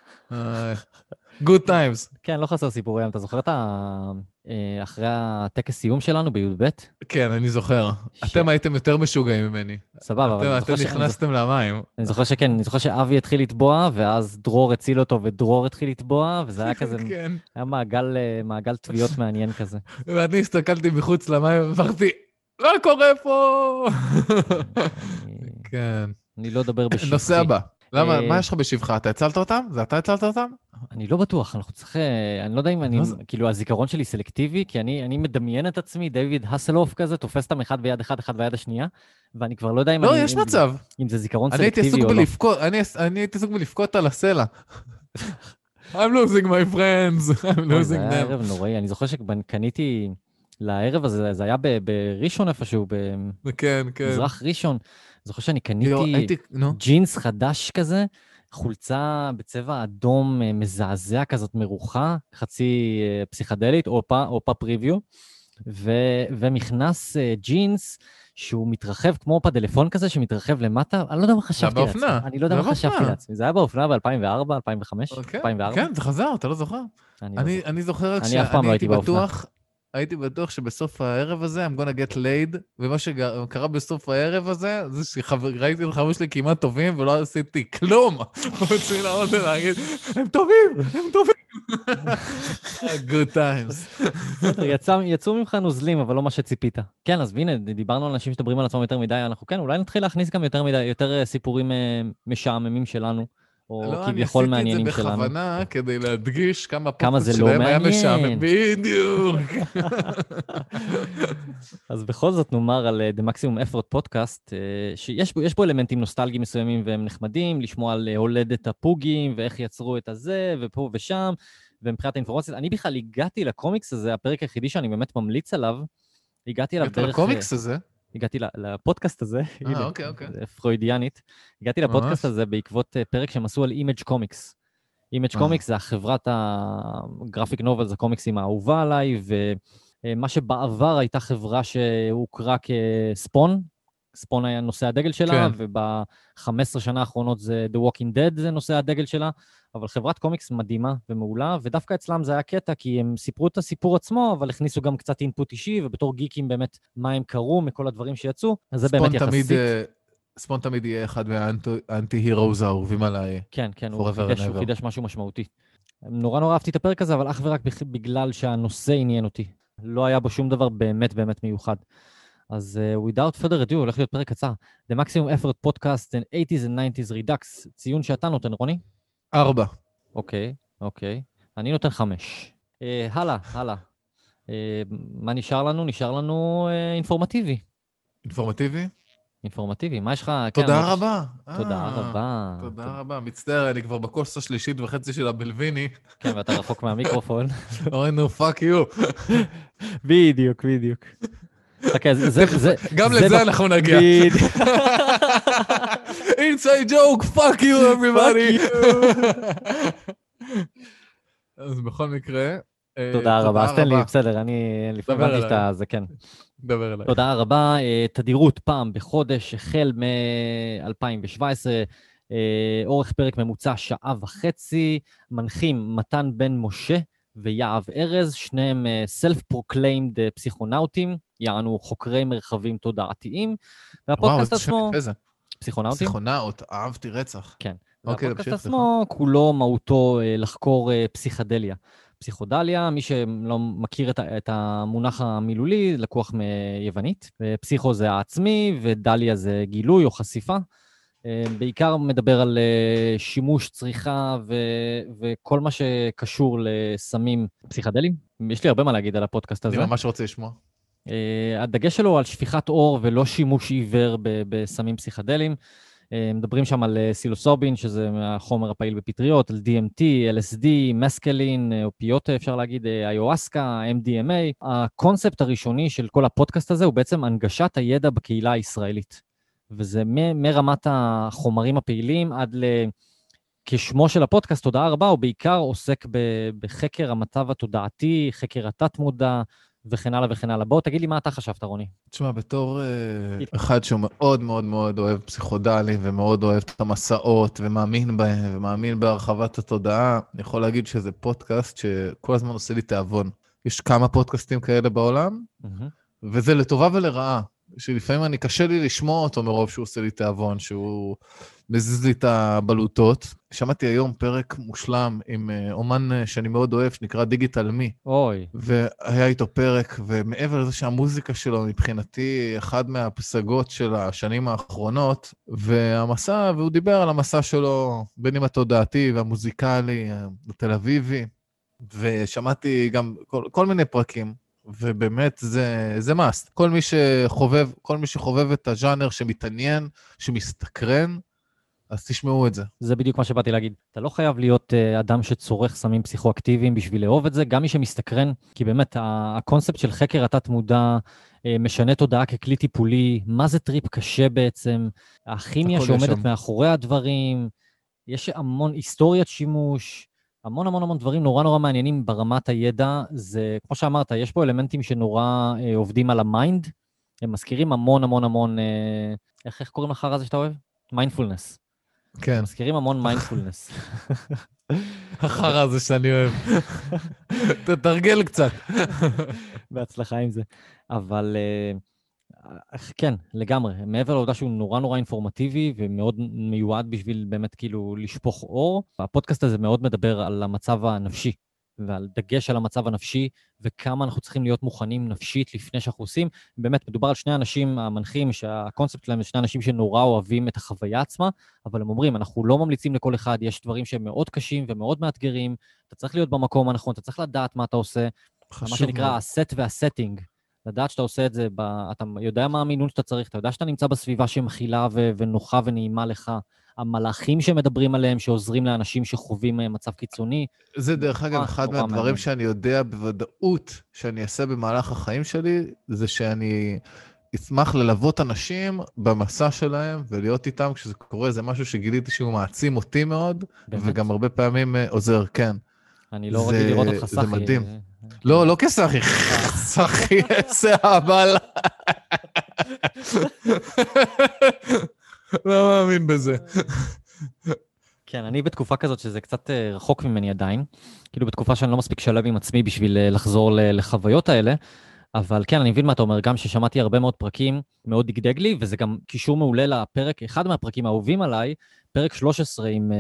Good times. כן, לא חסר סיפורים. אתה זוכר את ה... אחרי הטקס סיום שלנו בי"ב? כן, אני זוכר. אתם הייתם יותר משוגעים ממני. סבבה, אבל אני זוכר ש... אתם נכנסתם למים. אני זוכר שכן, אני זוכר שאבי התחיל לטבוע, ואז דרור הציל אותו, ודרור התחיל לטבוע, וזה היה כזה... כן. היה מעגל, מעגל תביעות מעניין כזה. ואני הסתכלתי מחוץ למים, ואמרתי, מה קורה פה? כן. אני לא אדבר בשבחי. נושא הבא. למה, מה יש לך בשבחה? אתה הצלת אותם? זה אתה הצלת אותם? אני לא בטוח, אנחנו צריכים, אני לא יודע אם אני, כאילו הזיכרון שלי סלקטיבי, כי אני, אני מדמיין את עצמי, דיוויד הסלוף כזה, תופס אותם אחד ביד אחד, אחד ביד השנייה, ואני כבר לא יודע אם לא, אני... יש מצב. אם זה זיכרון סלקטיבי או לא. אני הייתי עסוק בלבכות על הסלע. I'm losing my friends, I'm losing them. זה היה ערב נוראי, אני זוכר שקניתי לערב הזה, זה היה בראשון איפשהו, במזרח ראשון, זוכר שאני קניתי ג'ינס חדש כזה, חולצה בצבע אדום מזעזע כזאת מרוחה, חצי פסיכדלית, אופה, אופה פריוויו, ו- ומכנס ג'ינס שהוא מתרחב כמו אופה דלפון כזה, שמתרחב למטה, אני לא יודע מה חשבתי לעצמי. אני לא יודע מה חשבתי לעצמי. זה היה באופנה ב-אלפיים וארבע, אלפיים וחמש, אלפיים וארבע. כן, זה חזר, אתה לא זוכר? אני זוכר רק שאני הייתי בטוח, הייתי בטוח שבסוף הערב הזה, I'm gonna get laid, ומה שקרה בסוף הערב הזה, זה שראיתי את החברים שלי כמעט טובים, ולא עשיתי כלום. רוצים לעמוד ולהגיד, הם טובים, הם טובים. Good times. יצאו ממך נוזלים, אבל לא מה שציפית. כן, אז הנה, דיברנו על אנשים שדברים על עצמם יותר מדי, אנחנו כן, אולי נתחיל להכניס גם יותר מדי, יותר סיפורים משעממים שלנו. או כביכול מעניינים שלנו. לא, אני עשיתי את זה בכוונה כדי להדגיש כמה פודקאסט שלהם היה משעמם. בדיוק. אז בכל זאת נאמר על The Maximum Effort Podcast, שיש בו אלמנטים נוסטלגיים מסוימים והם נחמדים, לשמוע על הולדת הפוגים ואיך יצרו את הזה ופה ושם, ומבחינת האינפורמציה, אני בכלל הגעתי לקומיקס הזה, הפרק היחידי שאני באמת ממליץ עליו, הגעתי אליו דרך... לקומיקס הזה? הגעתי לפודקאסט הזה, אה, אוקיי, אוקיי. פרוידיאנית, הגעתי לפודקאסט הזה בעקבות פרק שהם עשו על Image Comics. Image Comics זה החברת הגרפיק נובל, זה הקומיקסים האהובה עליי, ומה שבעבר הייתה חברה שהוכרה כספון, ספון היה נושא הדגל שלה, וב-חמש עשרה שנה האחרונות זה The Walking Dead, זה נושא הדגל שלה, אבל חברת קומיקס מדהימה ומעולה, ודווקא אצלם זה היה קטע, כי הם סיפרו את הסיפור עצמו, אבל הכניסו גם קצת אינפוט אישי, ובתור גיקים באמת מה הם קראו מכל הדברים שיצאו, אז זה באמת יחסית. ספון תמיד יהיה אחד מהאנטי-הירוז האהובים עליי. כן, כן, הוא חידש משהו משמעותי. נורא נורא אהבתי את הפרק הזה, אבל אך ורק בגלל שהנושא עניין אותי. לא היה בו שום דבר באמת באמת מיוחד. אז uh, without further ado, הולך להיות פרק קצר. The Maximum Effort Podcast in eighties and nineties Redux. ציון שאתה נותן, רוני? ארבע. אוקיי, אוקיי. אני נותן חמש. Uh, הלאה, הלאה. Uh, מה נשאר לנו? נשאר לנו uh, אינפורמטיבי. אינפורמטיבי? אינפורמטיבי. מה יש לך? תודה כן, רבה. תודה אה, רבה. תודה ת... רבה. מצטער, אני כבר בקורס השלישית וחצי של הבלוויני. כן, ואתה רחוק מהמיקרופון. אוי, נו, פאק יו. בדיוק, בדיוק. אוקיי, זה, זה, גם לזה אנחנו נגיע. Inside joke, fuck you everybody. אז בכל מקרה... תודה רבה, אז תן לי, בסדר, אני לפעמים את זה, כן. דבר אליי. תודה רבה, תדירות פעם בחודש, החל מ-אלפיים שבע עשרה, אורך פרק ממוצע שעה וחצי, מנחים מתן בן משה ויעב ארז, שניהם self-proclaimed פסיכונאוטים, יענו חוקרי מרחבים תודעתיים, והפודקאסט עצמו... איזה? פסיכונאוטים? פסיכונאוט, אהבתי רצח. כן. והפודקאסט עצמו כולו מהותו לחקור פסיכדליה. פסיכודליה, מי שלא מכיר את המונח המילולי, לקוח מיוונית, ופסיכו זה העצמי, ודליה זה גילוי או חשיפה, בעיקר מדבר על שימוש, צריכה ו- וכל מה שקשור לסמים פסיכדליים. יש לי הרבה מה להגיד על הפודקאסט הזה. אני ממש רוצה לשמוע. הדגש שלו על שפיכת אור ולא שימוש עיוור ב- בסמים פסיכדליים. מדברים שם על סילוסובין, שזה החומר הפעיל בפטריות, על די אם טי, אל אס די, מסקלין, אופיות אפשר להגיד, איואסקה, אם די אם איי. הקונספט הראשוני של כל הפודקאסט הזה הוא בעצם הנגשת הידע בקהילה הישראלית. וזה מ- מרמת החומרים הפעילים עד ל... כשמו של הפודקאסט, תודעה רבה, הוא בעיקר עוסק ב- בחקר המצב התודעתי, חקר התת-מודע, וכן הלאה וכן הלאה. בוא, תגיד לי מה אתה חשבת, רוני. תשמע, בתור uh, אחד שהוא מאוד מאוד מאוד אוהב פסיכודלי, ומאוד אוהב את המסעות, ומאמין בהם, ומאמין בהרחבת התודעה, אני יכול להגיד שזה פודקאסט שכל הזמן עושה לי תיאבון. יש כמה פודקאסטים כאלה בעולם, mm-hmm. וזה לטובה ולרעה, שלפעמים אני קשה לי לשמוע אותו מרוב שהוא עושה לי תיאבון, שהוא מזיז לי את הבלוטות. שמעתי היום פרק מושלם עם אומן שאני מאוד אוהב, שנקרא דיגיטל מי. אוי. והיה איתו פרק, ומעבר לזה שהמוזיקה שלו מבחינתי אחד מהפסגות של השנים האחרונות, והמסע, והוא דיבר על המסע שלו, בין אם התודעתי והמוזיקלי, התל אביבי, ושמעתי גם כל, כל מיני פרקים. ובאמת זה, זה מאסט. כל מי שחובב, כל מי שחובב את הז'אנר שמתעניין, שמסתקרן, אז תשמעו את זה. זה בדיוק מה שבאתי להגיד. אתה לא חייב להיות uh, אדם שצורך סמים פסיכואקטיביים בשביל לאהוב את זה, גם מי שמסתקרן, כי באמת הקונספט של חקר התת-מודע uh, משנה תודעה ככלי טיפולי, מה זה טריפ קשה בעצם, הכימיה שעומדת מאחורי הדברים, יש המון היסטוריית שימוש, המון המון המון דברים נורא נורא מעניינים ברמת הידע. זה, כמו שאמרת, יש פה אלמנטים שנורא אה, עובדים על המיינד, הם מזכירים המון המון המון, אה, איך, איך קוראים לחרא הזה שאתה אוהב? מיינדפולנס. כן. מזכירים המון מיינדפולנס. החרא הזה שאני אוהב. תתרגל קצת. בהצלחה עם זה. אבל כן, לגמרי. מעבר לעובדה שהוא נורא נורא אינפורמטיבי ומאוד מיועד בשביל באמת כאילו לשפוך אור, הפודקאסט הזה מאוד מדבר על המצב הנפשי ועל דגש על המצב הנפשי וכמה אנחנו צריכים להיות מוכנים נפשית לפני שאנחנו עושים. באמת, מדובר על שני אנשים המנחים שהקונספט שלהם זה שני אנשים שנורא אוהבים את החוויה עצמה, אבל הם אומרים, אנחנו לא ממליצים לכל אחד, יש דברים שהם מאוד קשים ומאוד מאתגרים, אתה צריך להיות במקום הנכון, אתה צריך לדעת מה אתה עושה, מה שנקרא הסט והסטינג. לדעת שאתה עושה את זה, ב... אתה יודע מה המינון שאתה צריך, אתה יודע שאתה נמצא בסביבה שמכילה ו... ונוחה ונעימה לך, המלאכים שמדברים עליהם, שעוזרים לאנשים שחווים מצב קיצוני. זה דרך אגב, אחד מהדברים מעניין. שאני יודע בוודאות שאני אעשה במהלך החיים שלי, זה שאני אשמח ללוות אנשים במסע שלהם, ולהיות איתם כשזה קורה, זה משהו שגיליתי שהוא מעצים אותי מאוד, באמת? וגם הרבה פעמים עוזר, כן. אני לא רגיל לראות אותך סחי. זה מדהים. לא, לא כסחי, סחי, איזה אבל. לא מאמין בזה. כן, אני בתקופה כזאת שזה קצת רחוק ממני עדיין, כאילו בתקופה שאני לא מספיק שלב עם עצמי בשביל לחזור לחוויות האלה, אבל כן, אני מבין מה אתה אומר, גם ששמעתי הרבה מאוד פרקים, מאוד דגדג לי, וזה גם קישור מעולה לפרק, אחד מהפרקים האהובים עליי, פרק שלוש עשרה עם...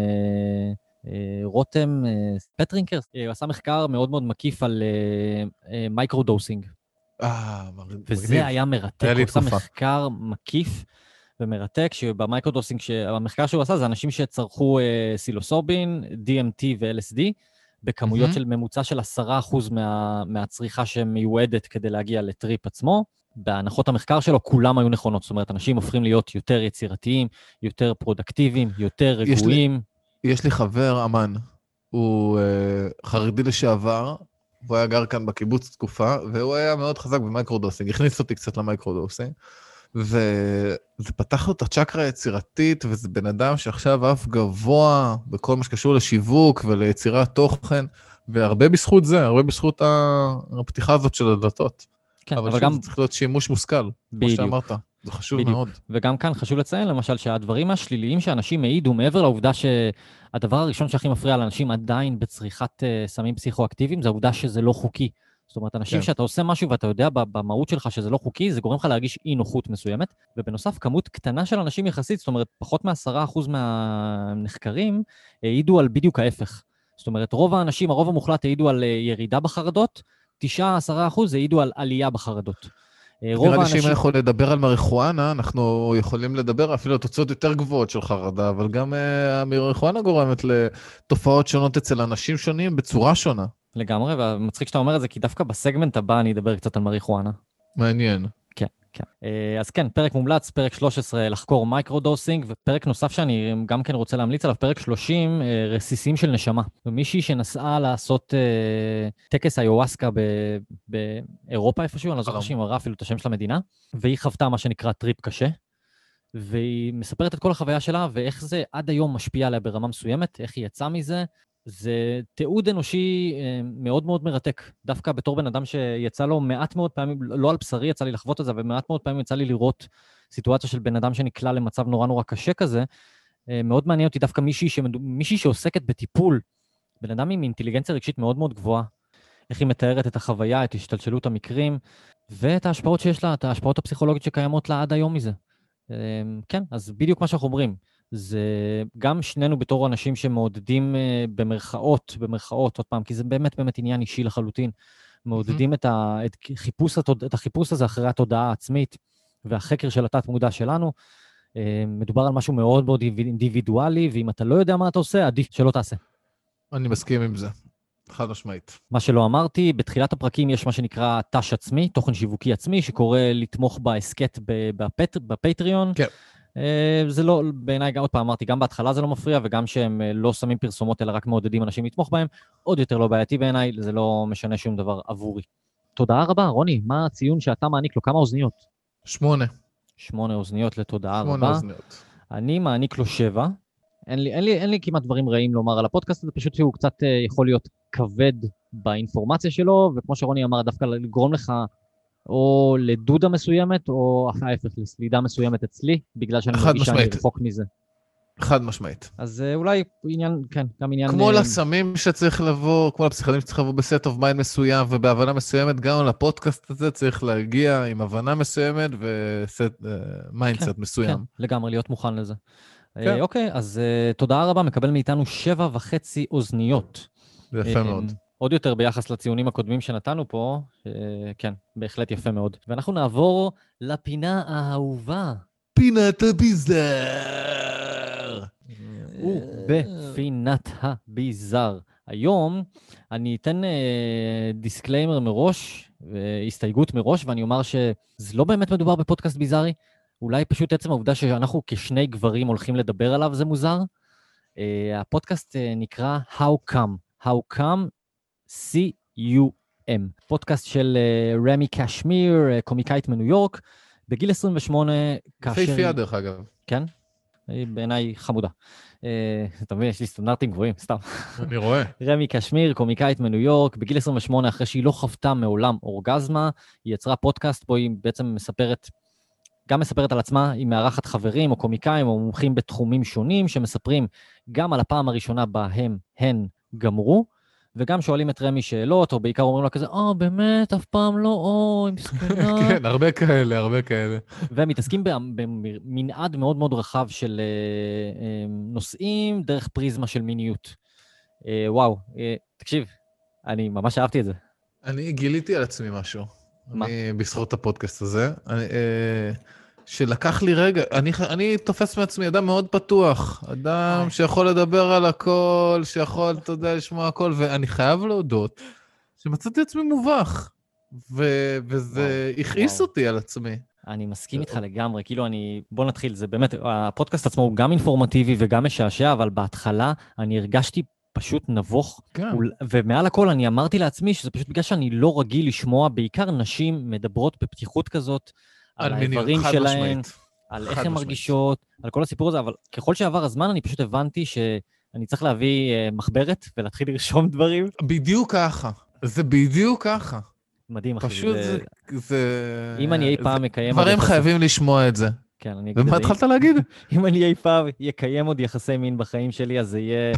רותם פטרינקר, הוא עשה מחקר מאוד מאוד מקיף על מייקרו-דוסינג. וזה היה מרתק, הוא עשה מחקר מקיף ומרתק, שבמייקרו-דוסינג, המחקר שהוא עשה זה אנשים שצרכו סילוסובין, די אם טי ו-אל אס די, בכמויות של ממוצע של עשרה אחוז מהצריכה שמיועדת כדי להגיע לטריפ עצמו. בהנחות המחקר שלו כולם היו נכונות, זאת אומרת, אנשים הופכים להיות יותר יצירתיים, יותר פרודקטיביים, יותר רגועים. יש לי חבר, אמן, הוא uh, חרדי לשעבר, הוא היה גר כאן בקיבוץ תקופה, והוא היה מאוד חזק במייקרודוסינג, הכניס אותי קצת למייקרודוסינג, וזה פתח לו את הצ'קרה היצירתית, וזה בן אדם שעכשיו אף גבוה בכל מה שקשור לשיווק וליצירת תוכן, והרבה בזכות זה, הרבה בזכות הפתיחה הזאת של הדלתות. כן, אבל, אבל שוב, גם... זה צריך להיות שימוש מושכל, כמו שאמרת. זה חשוב בדיוק. מאוד. וגם כאן חשוב לציין, למשל, שהדברים השליליים שאנשים העידו, מעבר לעובדה שהדבר הראשון שהכי מפריע לאנשים עדיין בצריכת uh, סמים פסיכואקטיביים, זה העובדה שזה לא חוקי. זאת אומרת, אנשים כן. שאתה עושה משהו ואתה יודע במהות שלך שזה לא חוקי, זה גורם לך להרגיש אי נוחות מסוימת, ובנוסף, כמות קטנה של אנשים יחסית, זאת אומרת, פחות מעשרה אחוז מהנחקרים העידו על בדיוק ההפך. זאת אומרת, רוב האנשים, הרוב המוחלט העידו על ירידה בחרדות, תשעה עד עשרה אחוז העידו על עלייה בחרדות. נראה לי שאם אנחנו לדבר על מריחואנה, אנחנו יכולים לדבר אפילו על תוצאות יותר גבוהות של חרדה, אבל גם המריחואנה גורמת לתופעות שונות אצל אנשים שונים בצורה שונה. לגמרי, ומצחיק שאתה אומר את זה, כי דווקא בסגמנט הבא אני אדבר קצת על מריחואנה. מעניין. כן, כן. אז כן, פרק מומלץ, פרק שלוש עשרה, לחקור מייקרודוסינג, ופרק נוסף שאני גם כן רוצה להמליץ עליו, פרק שלושים, רסיסים של נשמה. ומישהי שנסעה לעשות טקס איוואסקה באירופה איפשהו, אני לא זוכר שהיא מראה אפילו את השם של המדינה, והיא חוותה מה שנקרא טריפ קשה, והיא מספרת את כל החוויה שלה, ואיך זה עד היום משפיע עליה ברמה מסוימת, איך היא יצאה מזה. זה תיעוד אנושי מאוד מאוד מרתק, דווקא בתור בן אדם שיצא לו מעט מאוד פעמים, לא על בשרי יצא לי לחוות את זה, ומעט מאוד פעמים יצא לי לראות סיטואציה של בן אדם שנקלע למצב נורא נורא קשה כזה. מאוד מעניין אותי דווקא מישהי, שמדו, מישהי שעוסקת בטיפול, בן אדם עם אינטליגנציה רגשית מאוד מאוד גבוהה, איך היא מתארת את החוויה, את השתלשלות המקרים, ואת ההשפעות שיש לה, את ההשפעות הפסיכולוגיות שקיימות לה עד היום מזה. כן, אז בדיוק מה שאנחנו אומרים. זה גם שנינו בתור אנשים שמעודדים במרכאות, במרכאות, עוד פעם, כי זה באמת באמת עניין אישי לחלוטין, מעודדים את, ה, את, חיפוש, את החיפוש הזה אחרי התודעה העצמית, והחקר של התת מודע שלנו. מדובר על משהו מאוד מאוד אינדיבידואלי, ואם אתה לא יודע מה אתה עושה, עדיף שלא תעשה. אני מסכים עם זה, חד משמעית. מה שלא אמרתי, בתחילת הפרקים יש מה שנקרא תש עצמי, תוכן שיווקי עצמי, שקורא לתמוך בהסקט בפט, בפטריון. כן. זה לא, בעיניי, עוד פעם אמרתי, גם בהתחלה זה לא מפריע, וגם שהם לא שמים פרסומות, אלא רק מעודדים אנשים לתמוך בהם, עוד יותר לא בעייתי בעיניי, זה לא משנה שום דבר עבורי. תודעה רבה, רוני, מה הציון שאתה מעניק לו? כמה אוזניות? שמונה. שמונה אוזניות לתודעה שמונה רבה. אוזניות. אני מעניק לו שבע. אין לי, אין לי, אין לי כמעט דברים רעים לומר על הפודקאסט הזה, פשוט שהוא קצת יכול להיות כבד באינפורמציה שלו, וכמו שרוני אמר, דווקא לגרום לך או לדודה מסוימת, או ההפך, לסלידה מסוימת אצלי, בגלל שאני מרגיש שאני רחוק מזה. חד משמעית. אז אולי עניין, כן, גם עניין... כמו לסמים שצריך לבוא, כמו לפסיכדלים שצריך לבוא בסט אוף מיינד מסוים, ובהבנה מסוימת, גם לפודקאסט הזה צריך להגיע עם הבנה מסוימת, וסט מיינדסט מסוים. כן, לגמרי, להיות מוכן לזה. אוקיי, אז תודה רבה, מקבל מאיתנו שבע וחצי אוזניות. זה יפה מאוד. עוד יותר ביחס לציונים הקודמים שנתנו פה, כן, בהחלט יפה מאוד. ואנחנו נעבור לפינה האהובה. פינת הביזר. ובפינת הביזר. היום אני אתן דיסקליימר מראש, והסתייגות מראש, ואני אומר שזה לא באמת מדובר בפודקאסט ביזרי, אולי פשוט עצם העובדה שאנחנו כשני גברים הולכים לדבר עליו, זה מוזר. הפודקאסט נקרא How Come. How Come סי יו אם. פודקאסט של רמי קשמיר, קומיקאית מניו יורק, בגיל עשרים ושמונה, כאשר... פייפייה דרך אגב. כן? היא בעיניי חמודה. אתה מבין, יש לי סטנדרטים גבוהים, סתם. אני רואה. רמי קשמיר, קומיקאית מניו יורק, בגיל עשרים ושמונה, אחרי שהיא לא חוותה מעולם אורגזמה, היא יצרה פודקאסט בו היא בעצם מספרת, גם מספרת על עצמה, היא מארחת חברים או קומיקאים או מומחים בתחומים שונים, שמספרים גם על הפעם הראשונה בה הם, הן גמרו, וגם שואלים את רמי שאלות, או בעיקר אומרים לה כזה, אה, באמת, אף פעם לא, אוי, מסכנה. כן, הרבה כאלה, הרבה כאלה. והם מתעסקים במנעד מאוד מאוד רחב של נושאים, דרך פריזמה של מיניות. וואו, תקשיב, אני ממש אהבתי את זה. אני גיליתי על עצמי משהו. מה? אני בזכות הפודקאסט הזה. שלקח לי רגע, אני, אני תופס מעצמי אדם מאוד פתוח, אדם שיכול לדבר על הכל, שיכול, אתה יודע, לשמוע הכל, ואני חייב להודות שמצאתי עצמי מובך, ו- וזה הכעיס אותי על עצמי. אני מסכים איתך לגמרי, כאילו אני, בוא נתחיל, זה באמת, הפודקאסט עצמו הוא גם אינפורמטיבי וגם משעשע, אבל בהתחלה אני הרגשתי פשוט נבוך, כן. ומעל הכל אני אמרתי לעצמי שזה פשוט בגלל שאני לא רגיל לשמוע, בעיקר נשים מדברות בפתיחות כזאת, על האיברים שלהן, על איך הן מרגישות, על כל הסיפור הזה, אבל ככל שעבר הזמן אני פשוט הבנתי שאני צריך להביא מחברת ולהתחיל לרשום דברים. בדיוק ככה, זה בדיוק ככה. מדהים, אחי. פשוט זה... זה... אם אני אי פעם מקיים... דברים חייבים לשמוע את זה. כן, אני אגיד... ומה התחלת להגיד? אם אני אי פעם יקיים עוד יחסי מין בחיים שלי, אז זה יהיה...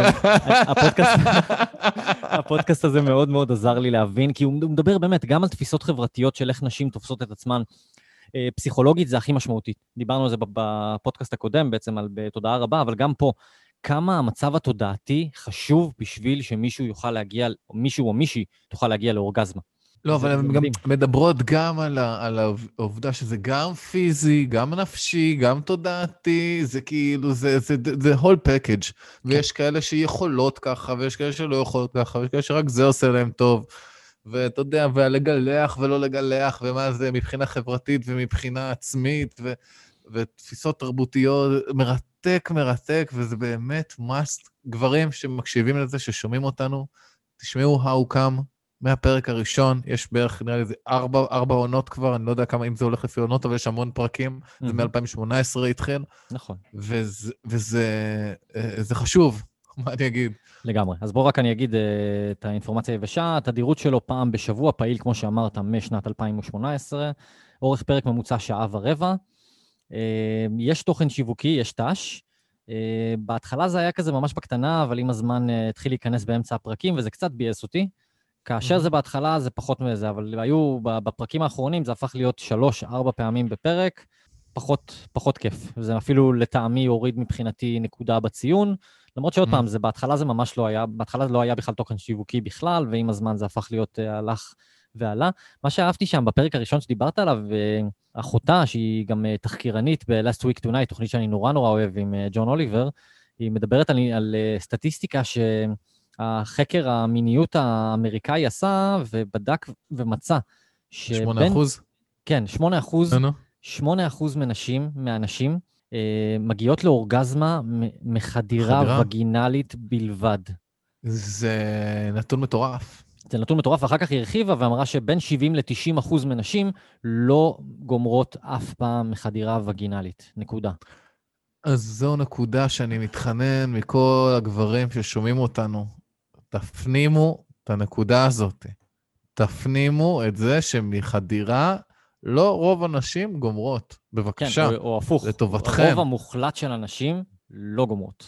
הפודקאסט הזה מאוד מאוד עזר לי להבין, כי הוא מדבר באמת גם על תפיסות חברתיות של איך נשים תופסות את עצמן. פסיכולוגית זה הכי משמעותי. דיברנו על זה בפודקאסט הקודם, בעצם על תודעה רבה, אבל גם פה, כמה המצב התודעתי חשוב בשביל שמישהו יוכל להגיע, או מישהו או מישהי תוכל להגיע לאורגזמה. לא, זה- אבל זה הן גם מדהים. מדברות גם על ה- על העובדה שזה גם פיזי, גם נפשי, גם תודעתי, זה כאילו, זה זה- זה whole package. ויש כאלה שיכולות ככה, ויש כאלה שלא יכולות ככה, ויש כאלה שרק זה עושה להם טוב. ואתה יודע, ולגלח ולא לגלח, ומה זה מבחינה חברתית ומבחינה עצמית, ו- ותפיסות תרבותיות, מרתק, מרתק, וזה באמת must. גברים שמקשיבים לזה, ששומעים אותנו, תשמעו How Come מהפרק הראשון, יש בערך, נראה לי זה ארבע, ארבע עונות כבר, אני לא יודע כמה, אם זה הולך לפי עונות, אבל יש המון פרקים, זה מהמם. מ-אלפיים שמונה עשרה התחיל, נכון. וזה, וזה אה, זה חשוב, מה אני אגיד? לגמרי. אז בוא רק אני אגיד uh, את האינפורמציה היבשה, התדירות שלו פעם בשבוע, פעיל, כמו שאמרת, משנת אלפיים שמונה עשרה, אורך פרק ממוצע שעה ורבע, uh, יש תוכן שיווקי, יש תש, uh, בהתחלה זה היה כזה ממש בקטנה, אבל עם הזמן uh, התחיל להיכנס באמצע הפרקים, וזה קצת ביאס אותי. כאשר זה בהתחלה זה פחות מזה, אבל היו בפרקים האחרונים, זה הפך להיות שלוש, ארבע פעמים בפרק, פחות, פחות כיף. זה אפילו לטעמי הוריד מבחינתי נקודה בציון, למרות שעוד פעם, זה בהתחלה זה ממש לא היה, בהתחלה זה לא היה בכלל תוכן שיווקי בכלל, ועם הזמן זה הפך להיות uh, הלך ועלה. מה שאהבתי שם בפרק הראשון שדיברת עליו, אחותה, שהיא גם uh, תחקירנית ב-Last Week Tonight, תוכנית שאני נורא נורא אוהב עם uh, ג'ון אוליבר, היא מדברת על, על uh, סטטיסטיקה שהחקר המיניות האמריקאי עשה, ובדק ומצא. שבין, שמונה אחוז? כן, שמונה אחוז, no, no. שמונה אחוז מנשים, מהנשים, מגיעות לאורגזמה מחדירה חדירה? וגינלית בלבד. זה נתון מטורף. זה נתון מטורף, ואחר כך היא הרחיבה ואמרה שבין שבעים ל-תשעים אחוז מנשים לא גומרות אף פעם מחדירה וגינלית. נקודה. אז זו נקודה שאני מתחנן מכל הגברים ששומעים אותנו. תפנימו את הנקודה הזאת. תפנימו את זה שמחדירה לא רוב הנשים גומרות. בבקשה. כן, או, או הפוך. לטובתכם. הרוב המוחלט של הנשים לא גומרות.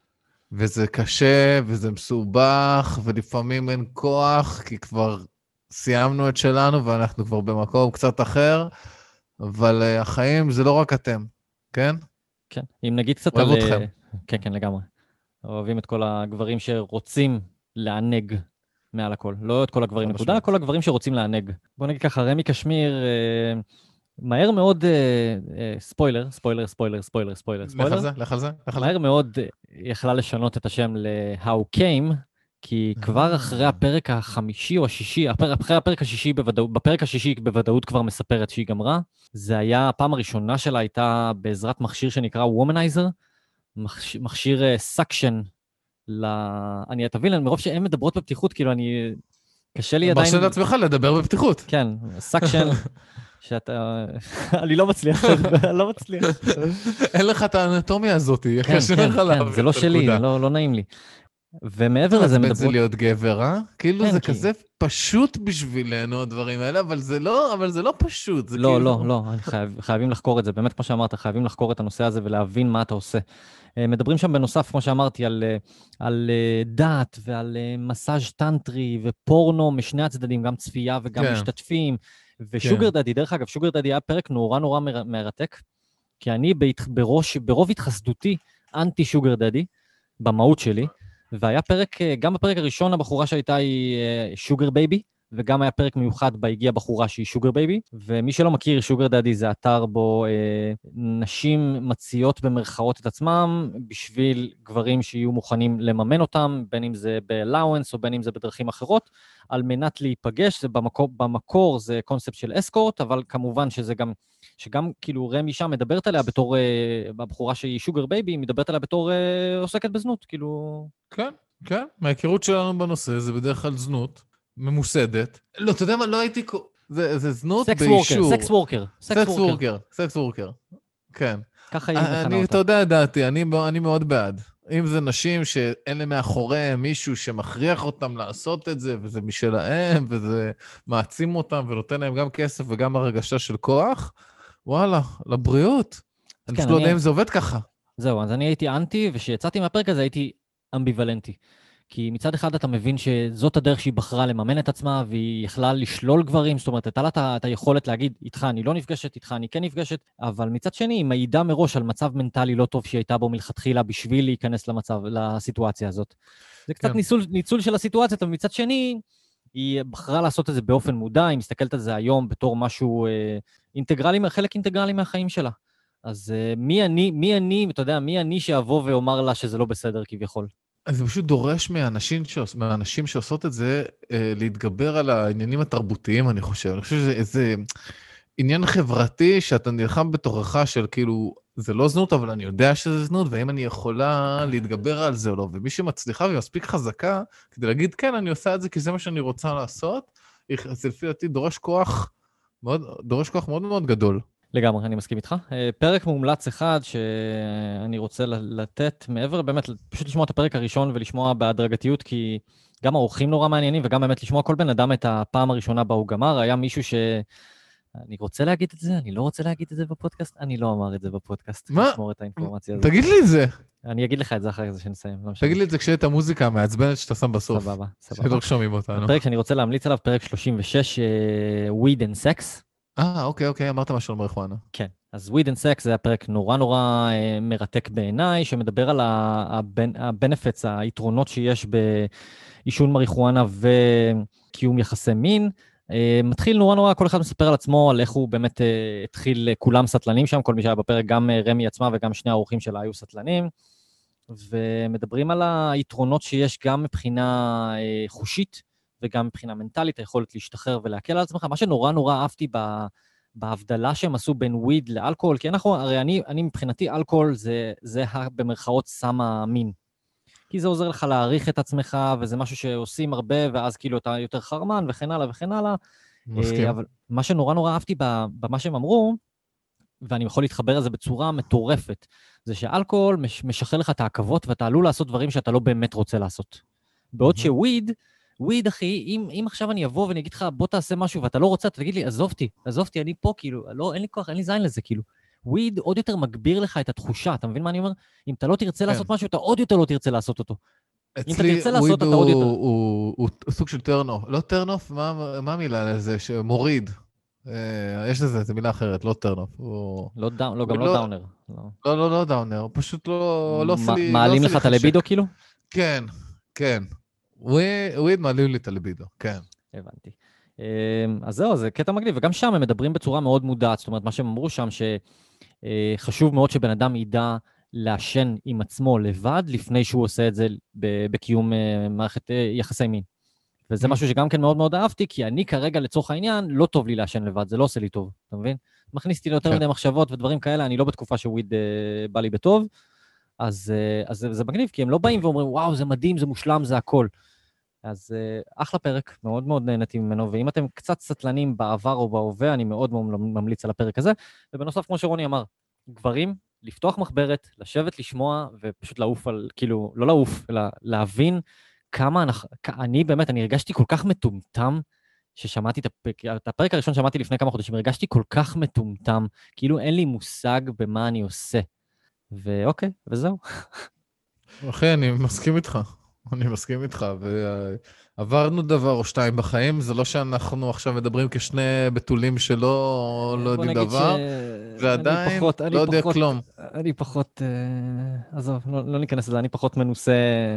וזה קשה, וזה מסובך, ולפעמים אין כוח, כי כבר סיימנו את שלנו, ואנחנו כבר במקום קצת אחר, אבל uh, החיים זה לא רק אתם, כן? כן, אם נגיד קצת אוהב על... אתכם. כן, כן, לגמרי. אוהבים את כל הגברים שרוצים לענג מעל הכל. לא את כל הגברים נקודה, כל הגברים שרוצים לענג. בוא נגיד ככה, רמי קשמיר... אה... מהר מאוד, ספוילר, ספוילר, ספוילר, ספוילר, ספוילר, לך על ספוילר. זה, לך על זה, לך על זה. מהר מאוד יכלה לשנות את השם ל-How Came, כי כבר אחרי הפרק החמישי או השישי, אחרי הפרק השישי בוודאות, בפרק השישי בוודאות כבר מספרת שהיא גמרה. זה היה, הפעם הראשונה שלה הייתה בעזרת מכשיר שנקרא Womanizer, מכשיר סאקשן, אני תבין, מרוב שהן מדברות בפתיחות, כאילו אני, קשה לי עדיין... מרשה לעצמך לדבר בפתיחות. כן, סאקשן. שאתה... אני לא מצליח, אני לא מצליח. אין לך את האנטומיה הזאת, כן, קשה כן, לך להבין. כן, זה לא שלי, לא נעים לי. ומעבר לזה מדברות... מדברות... זה להיות גבר, אה? כאילו זה כזה פשוט בשבילנו, הדברים האלה, אבל זה לא, אבל זה לא פשוט. לא, לא, לא, חייבים לחקור את זה. באמת, כמו שאמרת, חייבים לחקור את הנושא הזה ולהבין מה אתה עושה. מדברים שם בנוסף, כמו שאמרתי, על, על דת ועל מסאז' טנטרי ופורנו משני הצדדים, גם צפייה וגם כן. משתתפים. ושוגר דדי, דרך אגב, שוגר דדי היה פרק נורא נורא מרתק, כי אני בראש, ברוב התחסדותי אנטי שוגר דדי, במהות שלי, והיה פרק, גם בפרק הראשון הבחורה שהייתה היא שוגר בייבי, וגם היה פרק מיוחד בה הגיעה בחורה שהיא שוגר בייבי, ומי שלא מכיר, שוגר דדי זה אתר בו אה, נשים מציעות במרכאות את עצמם, בשביל גברים שיהיו מוכנים לממן אותם, בין אם זה ב-allowance או בין אם זה בדרכים אחרות, על מנת להיפגש, זה במקור, במקור זה קונספט של אסקורט, אבל כמובן שזה גם, שגם כאילו רמי שם מדברת עליה בתור, אה, הבחורה שהיא שוגר בייבי, מדברת עליה בתור אה, עוסקת בזנות, כאילו... כן, כן, מההיכרות שלנו בנושא, זה בדרך כלל זנות. ממוסדת. לא, אתה יודע מה, לא הייתי... זה, זה זנות באישור. סקס וורקר. סקס וורקר. סקס וורקר. כן. ככה היא מכנה אותה. אתה יודע, דעתי, אני, אני מאוד בעד. אם זה נשים שאין להם מאחוריהם מישהו שמכריח אותם לעשות את זה, וזה משלהם, וזה מעצים אותם, ונותן להם גם כסף וגם הרגשה של כוח, וואלה, לבריאות. אני פשוט לא יודע אם זה עובד ככה. זהו, אז אני הייתי אנטי, וכשיצאתי מהפרק הזה הייתי אמביוולנטי. כי מצד אחד אתה מבין שזאת הדרך שהיא בחרה לממן את עצמה, והיא יכלה לשלול גברים, זאת אומרת, הייתה לה את היכולת להגיד, איתך אני לא נפגשת, איתך אני כן נפגשת, אבל מצד שני, היא מעידה מראש על מצב מנטלי לא טוב שהיא הייתה בו מלכתחילה, בשביל להיכנס למצב, לסיטואציה הזאת. זה קצת כן. ניצול, ניצול של הסיטואציה, אבל מצד שני, היא בחרה לעשות את זה באופן מודע, היא מסתכלת על זה היום בתור משהו אה, אינטגרלי, חלק אינטגרלי מהחיים שלה. אז אה, מי אני, מי אני, אתה יודע, מי אני שאבוא ואומר לה שזה לא בסדר כביכול? אז זה פשוט דורש מהאנשים, שעוש... מהאנשים שעושות את זה אה, להתגבר על העניינים התרבותיים, אני חושב. אני חושב שזה איזה עניין חברתי שאתה נלחם בתוכך של כאילו, זה לא זנות, אבל אני יודע שזה זנות, והאם אני יכולה להתגבר על זה או לא. ומי שמצליחה ומספיק חזקה, כדי להגיד, כן, אני עושה את זה כי זה מה שאני רוצה לעשות, זה לפי דעתי דורש כוח מאוד, דורש כוח מאוד מאוד גדול. לגמרי, אני מסכים איתך. פרק מומלץ אחד שאני רוצה לתת מעבר, באמת, פשוט לשמוע את הפרק הראשון ולשמוע בהדרגתיות, כי גם האורחים נורא מעניינים, וגם באמת לשמוע כל בן אדם את הפעם הראשונה בה הוא גמר. היה מישהו ש... אני רוצה להגיד את זה, אני לא רוצה להגיד את זה בפודקאסט, אני לא אמר את זה בפודקאסט. מה? לשמור את האינפורמציה הזאת. תגיד לי את זה. אני אגיד לך את זה אחרי זה שנסיים. תגיד לי את זה כשיהיה את המוזיקה המעצבנת שאתה שם בסוף. סבבה, סבבה. שלא שומעים אותנו. הפרק שאני רוצה להמליץ עליו, פרק שלושים ושש, Weed and Sex. אה, אוקיי, אוקיי, אמרת משהו על מריחואנה. כן, אז Weed and Sex זה הפרק נורא נורא מרתק בעיניי, שמדבר על ה-benefits, היתרונות שיש בעישון מריחואנה וקיום יחסי מין. מתחיל נורא נורא, כל אחד מספר על עצמו, על איך הוא באמת התחיל, כולם סטלנים שם, כל מי שהיה בפרק, גם רמי עצמה וגם שני האורחים שלה היו סטלנים, ומדברים על היתרונות שיש גם מבחינה חושית, וגם מבחינה מנטלית, היכולת להשתחרר ולהקל על עצמך. מה שנורא נורא אהבתי בהבדלה שהם עשו בין וויד לאלכוהול, כי אנחנו, הרי אני, אני מבחינתי, אלכוהול זה, זה במרכאות סם המין. כי זה עוזר לך להעריך את עצמך, וזה משהו שעושים הרבה, ואז כאילו אתה יותר חרמן, וכן הלאה וכן הלאה. מסכים. אבל מה שנורא נורא אהבתי במה שהם אמרו, ואני יכול להתחבר לזה בצורה מטורפת, זה שאלכוהול משחרר לך את העכבות, ואתה עלול לעשות דברים שאתה לא באמת רוצה לעשות. בעוד שוויד, וויד, אחי, אם, אם עכשיו אני אבוא ואני אגיד לך, בוא תעשה משהו, ואתה לא רוצה, אתה תגיד לי, עזובתי, עזובתי, אני פה, כאילו, לא, אין לי כוח, אין לי זין לזה, כאילו. וויד עוד יותר מגביר לך את התחושה, אתה מבין מה אני אומר? אם אתה לא תרצה כן. לעשות משהו, אתה עוד יותר לא תרצה לעשות אותו. אם אתה אצלי תרצה לעשות, וויד אתה עוד יותר. הוא, הוא, הוא, הוא סוג של טרנוף. לא טרנוף, מה, מה המילה לזה? שמוריד. אה, יש לזה, זו מילה אחרת, לא טרנוף. הוא... לא, דאונ, לא, גם לא- לא דאונר. לא. לא, לא, לא דאונר, פשוט לא, לא עושה מ- לי... לא מעלים עושה לך לי את הלבידו, כאילו? כן, כן. וויד, וויד מעלים לי את הלבידו, כן. הבנתי. אמ, אז זהו, זה קטע מגניב, וגם שם הם מדברים בצורה מאוד מודעת, זאת אומרת, מה שהם אמרו שם, שחשוב מאוד שבן אדם ידע לעשן עם עצמו לבד, לפני שהוא עושה את זה ב- בקיום אה, מערכת אה, יחסי מין. וזה Mm. משהו שגם כן מאוד מאוד אהבתי, כי אני כרגע, לצורך העניין, לא טוב לי לעשן לבד, זה לא עושה לי טוב, אתה מבין? מכניס אותי ליותר כן. מדי מחשבות ודברים כאלה, אני לא בתקופה שוויד אה, בא לי בטוב, אז, אה, אז זה, זה מגניב, כי הם לא באים ואומרים, וואו, זה מדהים, זה מושלם, זה הכל. אז uh, אחלה פרק, מאוד מאוד נהניתי ממנו, ואם אתם קצת סטלנים בעבר או בהווה, אני מאוד מאוד ממליץ על הפרק הזה. ובנוסף, כמו שרוני אמר, גברים, לפתוח מחברת, לשבת, לשמוע, ופשוט לעוף על, כאילו, לא לעוף, אלא להבין כמה אנחנו, אני באמת, אני הרגשתי כל כך מטומטם, ששמעתי את הפרק, את הפרק הראשון שמעתי לפני כמה חודשים, הרגשתי כל כך מטומטם, כאילו אין לי מושג במה אני עושה. ואוקיי, וזהו. אחי, אני מסכים איתך. אני מסכים איתך, ועברנו דבר או שתיים בחיים, זה לא שאנחנו עכשיו מדברים כשני בתולים שלא לא יודעים דבר, ועדיין לא יודע כלום. אני פחות, עזוב, לא ניכנס לזה, אני פחות מנוסה,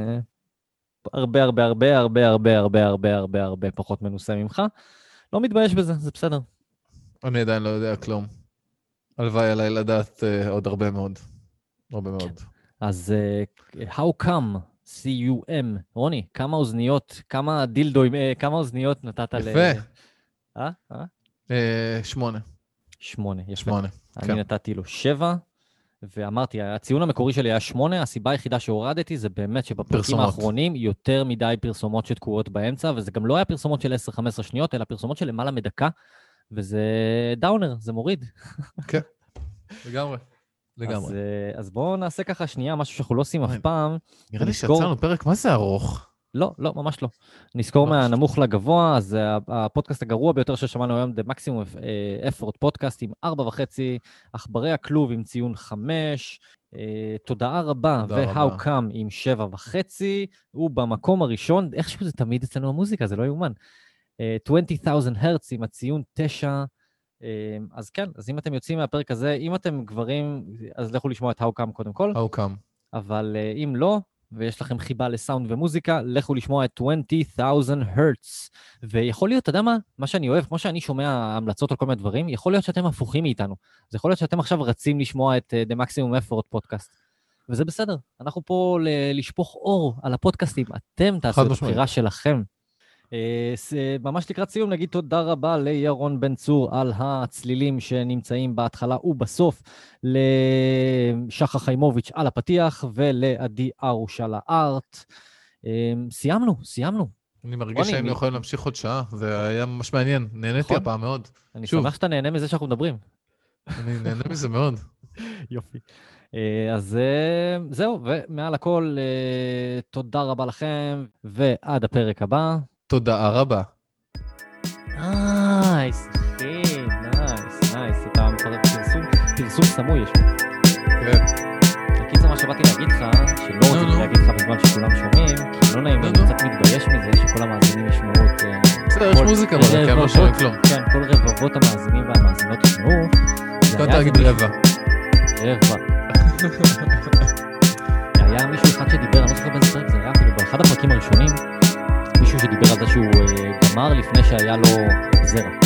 הרבה הרבה הרבה הרבה הרבה הרבה הרבה הרבה הרבה פחות מנוסה ממך. לא מתבייש בזה, זה בסדר. אני עדיין לא יודע כלום. הלוואי עליי לדעת עוד הרבה מאוד. הרבה מאוד. אז how come? C-U-M. רוני, כמה אוזניות, כמה דילדוים, אה, כמה אוזניות נתת ל... יפה. אה? אה? אה, שמונה. שמונה, יפה. שמונה, אני כן. נתתי לו שבע, ואמרתי, הציון המקורי שלי היה שמונה, הסיבה היחידה שהורדתי זה באמת שבפרקים פרסומות. האחרונים יותר מדי פרסומות שתקועות באמצע, וזה גם לא היה פרסומות של עשר חמש עשרה שניות, אלא פרסומות של למעלה מדקה, וזה דאונר, זה מוריד. כן, לגמרי. לגמרי. אז, אז בואו נעשה ככה שנייה, משהו שאנחנו לא עושים אף פעם. נראה לי שיצא לנו פרק, מה זה ארוך? לא, לא, ממש לא. נזכור מהנמוך לגבוה, אז הפודקאסט הגרוע ביותר ששמענו היום, The Maximum Effort Podcast עם ארבע וחצי, עכברי הכלוב עם ציון חמש, תודעה רבה, ו-How Come עם שבע וחצי, הוא במקום הראשון, איכשהו זה תמיד אצלנו המוזיקה, זה לא יאומן. עשרים אלף הרץ עם הציון תשע, אז כן, אז אם אתם יוצאים מהפרק הזה, אם אתם גברים, אז לכו לשמוע את How Come קודם כל. How Come. אבל אם לא, ויש לכם חיבה לסאונד ומוזיקה, לכו לשמוע את עשרים אלף הרטס. ויכול להיות, אתה יודע מה? מה שאני אוהב, כמו שאני שומע המלצות על כל מיני דברים, יכול להיות שאתם הפוכים מאיתנו. זה יכול להיות שאתם עכשיו רצים לשמוע את uh, The Maximum Effort פודקאסט. וזה בסדר. אנחנו פה ל- לשפוך אור על הפודקאסטים. אתם תעשו את הבחירה שלכם. ממש לקראת סיום, נגיד תודה רבה לירון בן צור על הצלילים שנמצאים בהתחלה ובסוף, לשחה חיימוביץ' על הפתיח, ולעדי ארוש על הארט. סיימנו, סיימנו. אני מרגיש שהיינו יכולים להמשיך עוד שעה, זה היה ממש מעניין, נהניתי הפעם מאוד. אני שמח שאתה נהנה מזה שאנחנו מדברים. אני נהנה מזה מאוד. יופי. אז זהו, ומעל הכל, תודה רבה לכם, ועד הפרק הבא. תודה רבה. נייס, אחי, נייס, נייס. אתה מפרק פרסום, פרסום סמוי יש פה. כן. הקיצר מה שבאתי להגיד לך, שלא רציתי להגיד לך בזמן שכולם שומעים, כי לא נעים, אני קצת מתבייש מזה שכל המאזינים ישמעו את... בסדר, יש מוזיקה בזה, כן, לא שומעים כלום. כן, כל רבבות המאזינים והמאזינות ישמעו. כאן תגיד רבע. רבע. היה מישהו אחד שדיבר, אני לא זוכר באיזה פרק, זה היה אפילו באחד הפרקים הראשונים, מישהו שדיבר על זה שהוא גמר לפני שהיה לו זרע.